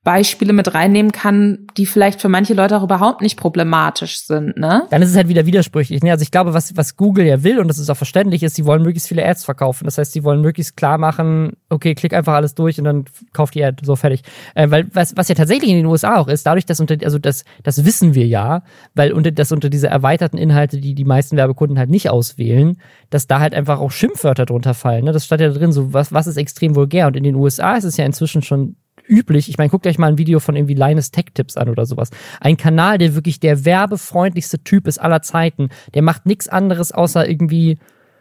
Beispiele mit reinnehmen kann, die vielleicht für manche Leute auch überhaupt nicht problematisch sind, ne? Dann ist es halt wieder widersprüchlich. Ne? Also ich glaube, was, was Google ja will, und das ist auch verständlich, ist, sie wollen möglichst viele Ads verkaufen. Das heißt, sie wollen möglichst klar machen, okay, klick einfach alles durch und dann kauft die Ad, so fertig. Äh, weil was, was ja tatsächlich in den U S A auch ist, dadurch, dass unter, also das, das wissen wir ja, weil unter, dass unter diese erweiterten Inhalte, die die meisten Werbekunden halt nicht auswählen, dass da halt einfach auch Schimpfwörter drunter fallen. Ne? Das stand ja drin, so was, was ist extrem vulgär. Und in den U S A ist es ja inzwischen schon üblich. Ich meine, guckt euch mal ein Video von irgendwie Linus Tech Tips an oder sowas. Ein Kanal, der wirklich der werbefreundlichste Typ ist aller Zeiten. Der macht nichts anderes, außer irgendwie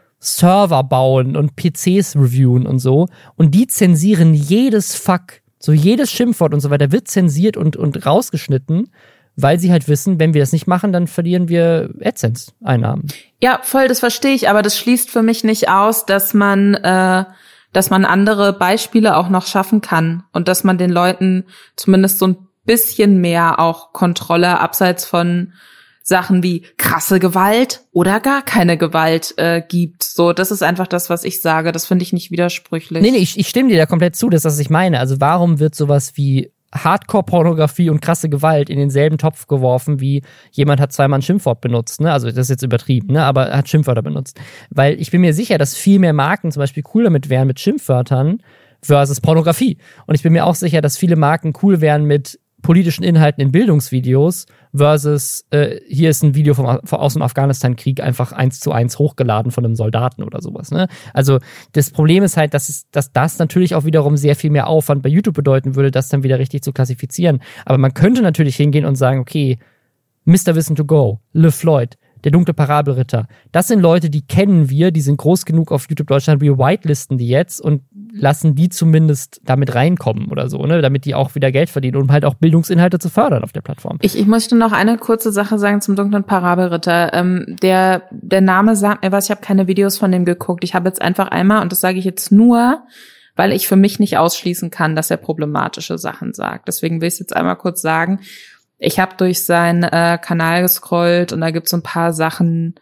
Server bauen und P Cs reviewen und so. Und die zensieren jedes Fuck. So jedes Schimpfwort und so weiter wird zensiert und, und rausgeschnitten, weil sie halt wissen, wenn wir das nicht machen, dann verlieren wir AdSense-Einnahmen. Ja, voll, das verstehe ich, aber das schließt für mich nicht aus, dass man äh dass man andere Beispiele auch noch schaffen kann und dass man den Leuten zumindest so ein bisschen mehr auch Kontrolle abseits von Sachen wie krasse Gewalt oder gar keine Gewalt äh, gibt. So, das ist einfach das, was ich sage. Das finde ich nicht widersprüchlich. Nee, nee, ich, ich stimme dir da komplett zu, das ist das, was ich meine. Also warum wird sowas wie Hardcore-Pornografie und krasse Gewalt in denselben Topf geworfen, wie jemand hat zweimal ein Schimpfwort benutzt, ne? Also das ist jetzt übertrieben, ne? Aber er hat Schimpfwörter benutzt. Weil ich bin mir sicher, dass viel mehr Marken zum Beispiel cool damit wären mit Schimpfwörtern versus Pornografie. Und ich bin mir auch sicher, dass viele Marken cool wären mit politischen Inhalten in Bildungsvideos versus äh, hier ist ein Video vom, aus dem Afghanistan-Krieg einfach eins zu eins hochgeladen von einem Soldaten oder sowas. Ne? Also das Problem ist halt, dass, es, dass das natürlich auch wiederum sehr viel mehr Aufwand bei YouTube bedeuten würde, das dann wieder richtig zu klassifizieren. Aber man könnte natürlich hingehen und sagen, okay, Mister Wissen to Go, LeFloid, der dunkle Parabelritter. Das sind Leute, die kennen wir, die sind groß genug auf YouTube Deutschland, wir whitelisten die jetzt und lassen die zumindest damit reinkommen oder so, ne, damit die auch wieder Geld verdienen, um halt auch Bildungsinhalte zu fördern auf der Plattform. Ich, ich möchte noch eine kurze Sache sagen zum dunklen Parabelritter. Ähm, der, der Name sagt mir was, ich habe keine Videos von dem geguckt. Ich habe jetzt einfach einmal, und das sage ich jetzt nur, weil ich für mich nicht ausschließen kann, dass er problematische Sachen sagt. Deswegen will ich es jetzt einmal kurz sagen. Ich habe durch seinen äh, Kanal gescrollt und da gibt es so ein paar Sachen,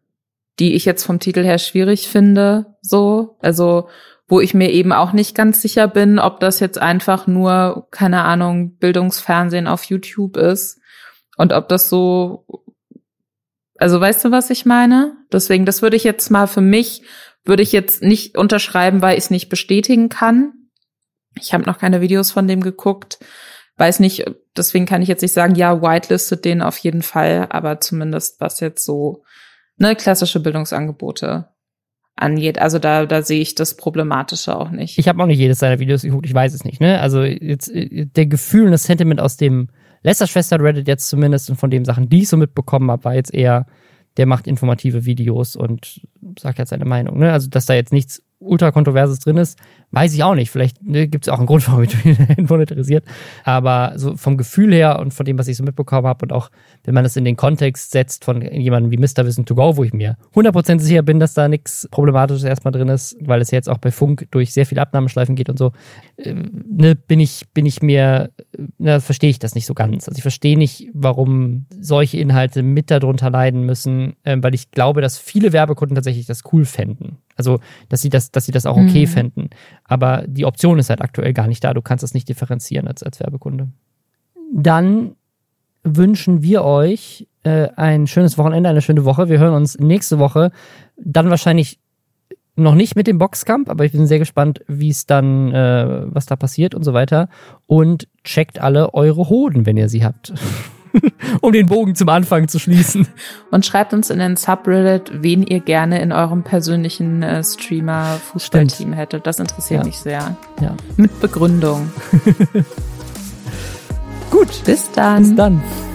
die ich jetzt vom Titel her schwierig finde, so, also wo ich mir eben auch nicht ganz sicher bin, ob das jetzt einfach nur, keine Ahnung, Bildungsfernsehen auf YouTube ist und ob das so, also weißt du, was ich meine? Deswegen, das würde ich jetzt mal für mich, würde ich jetzt nicht unterschreiben, weil ich es nicht bestätigen kann. Ich habe noch keine Videos von dem geguckt. Weiß nicht, deswegen kann ich jetzt nicht sagen, ja, whitelistet den auf jeden Fall, aber zumindest was jetzt so ne klassische Bildungsangebote angeht. Also da da sehe ich das Problematische auch nicht. Ich habe auch nicht jedes seiner Videos geguckt, ich weiß es nicht, ne? Also jetzt der Gefühl und das Sentiment aus dem Lästerschwester-Reddit jetzt zumindest und von den Sachen, die ich so mitbekommen habe, war jetzt eher, der macht informative Videos und sagt jetzt seine Meinung, ne? Also dass da jetzt nichts ultra kontroverses drin ist, weiß ich auch nicht. Vielleicht ne, gibt es auch einen Grund, warum ich ihn monetarisiert. Aber so vom Gefühl her und von dem, was ich so mitbekommen habe und auch, wenn man das in den Kontext setzt von jemandem wie Mister Wissen to Go, wo ich mir hundert Prozent sicher bin, dass da nichts Problematisches erstmal drin ist, weil es ja jetzt auch bei Funk durch sehr viele Abnahmeschleifen geht und so, äh, ne, bin ich, bin ich mir, ne, verstehe ich das nicht so ganz. Also ich verstehe nicht, warum solche Inhalte mit darunter leiden müssen, äh, weil ich glaube, dass viele Werbekunden tatsächlich das cool fänden. Also, dass sie das, dass sie das auch okay mhm. fänden. Aber die Option ist halt aktuell gar nicht da. Du kannst das nicht differenzieren als, als Werbekunde. Dann wünschen wir euch äh, ein schönes Wochenende, eine schöne Woche. Wir hören uns nächste Woche. Dann wahrscheinlich noch nicht mit dem Boxkampf, aber ich bin sehr gespannt, wie es dann, äh, was da passiert und so weiter. Und checkt alle eure Hoden, wenn ihr sie habt. Um den Bogen zum Anfang zu schließen. Und schreibt uns in den Subreddit, wen ihr gerne in eurem persönlichen äh, Streamer-Fußballteam hättet. Das interessiert ja. mich sehr. Ja. Mit Begründung. Gut. Bis dann. Bis dann.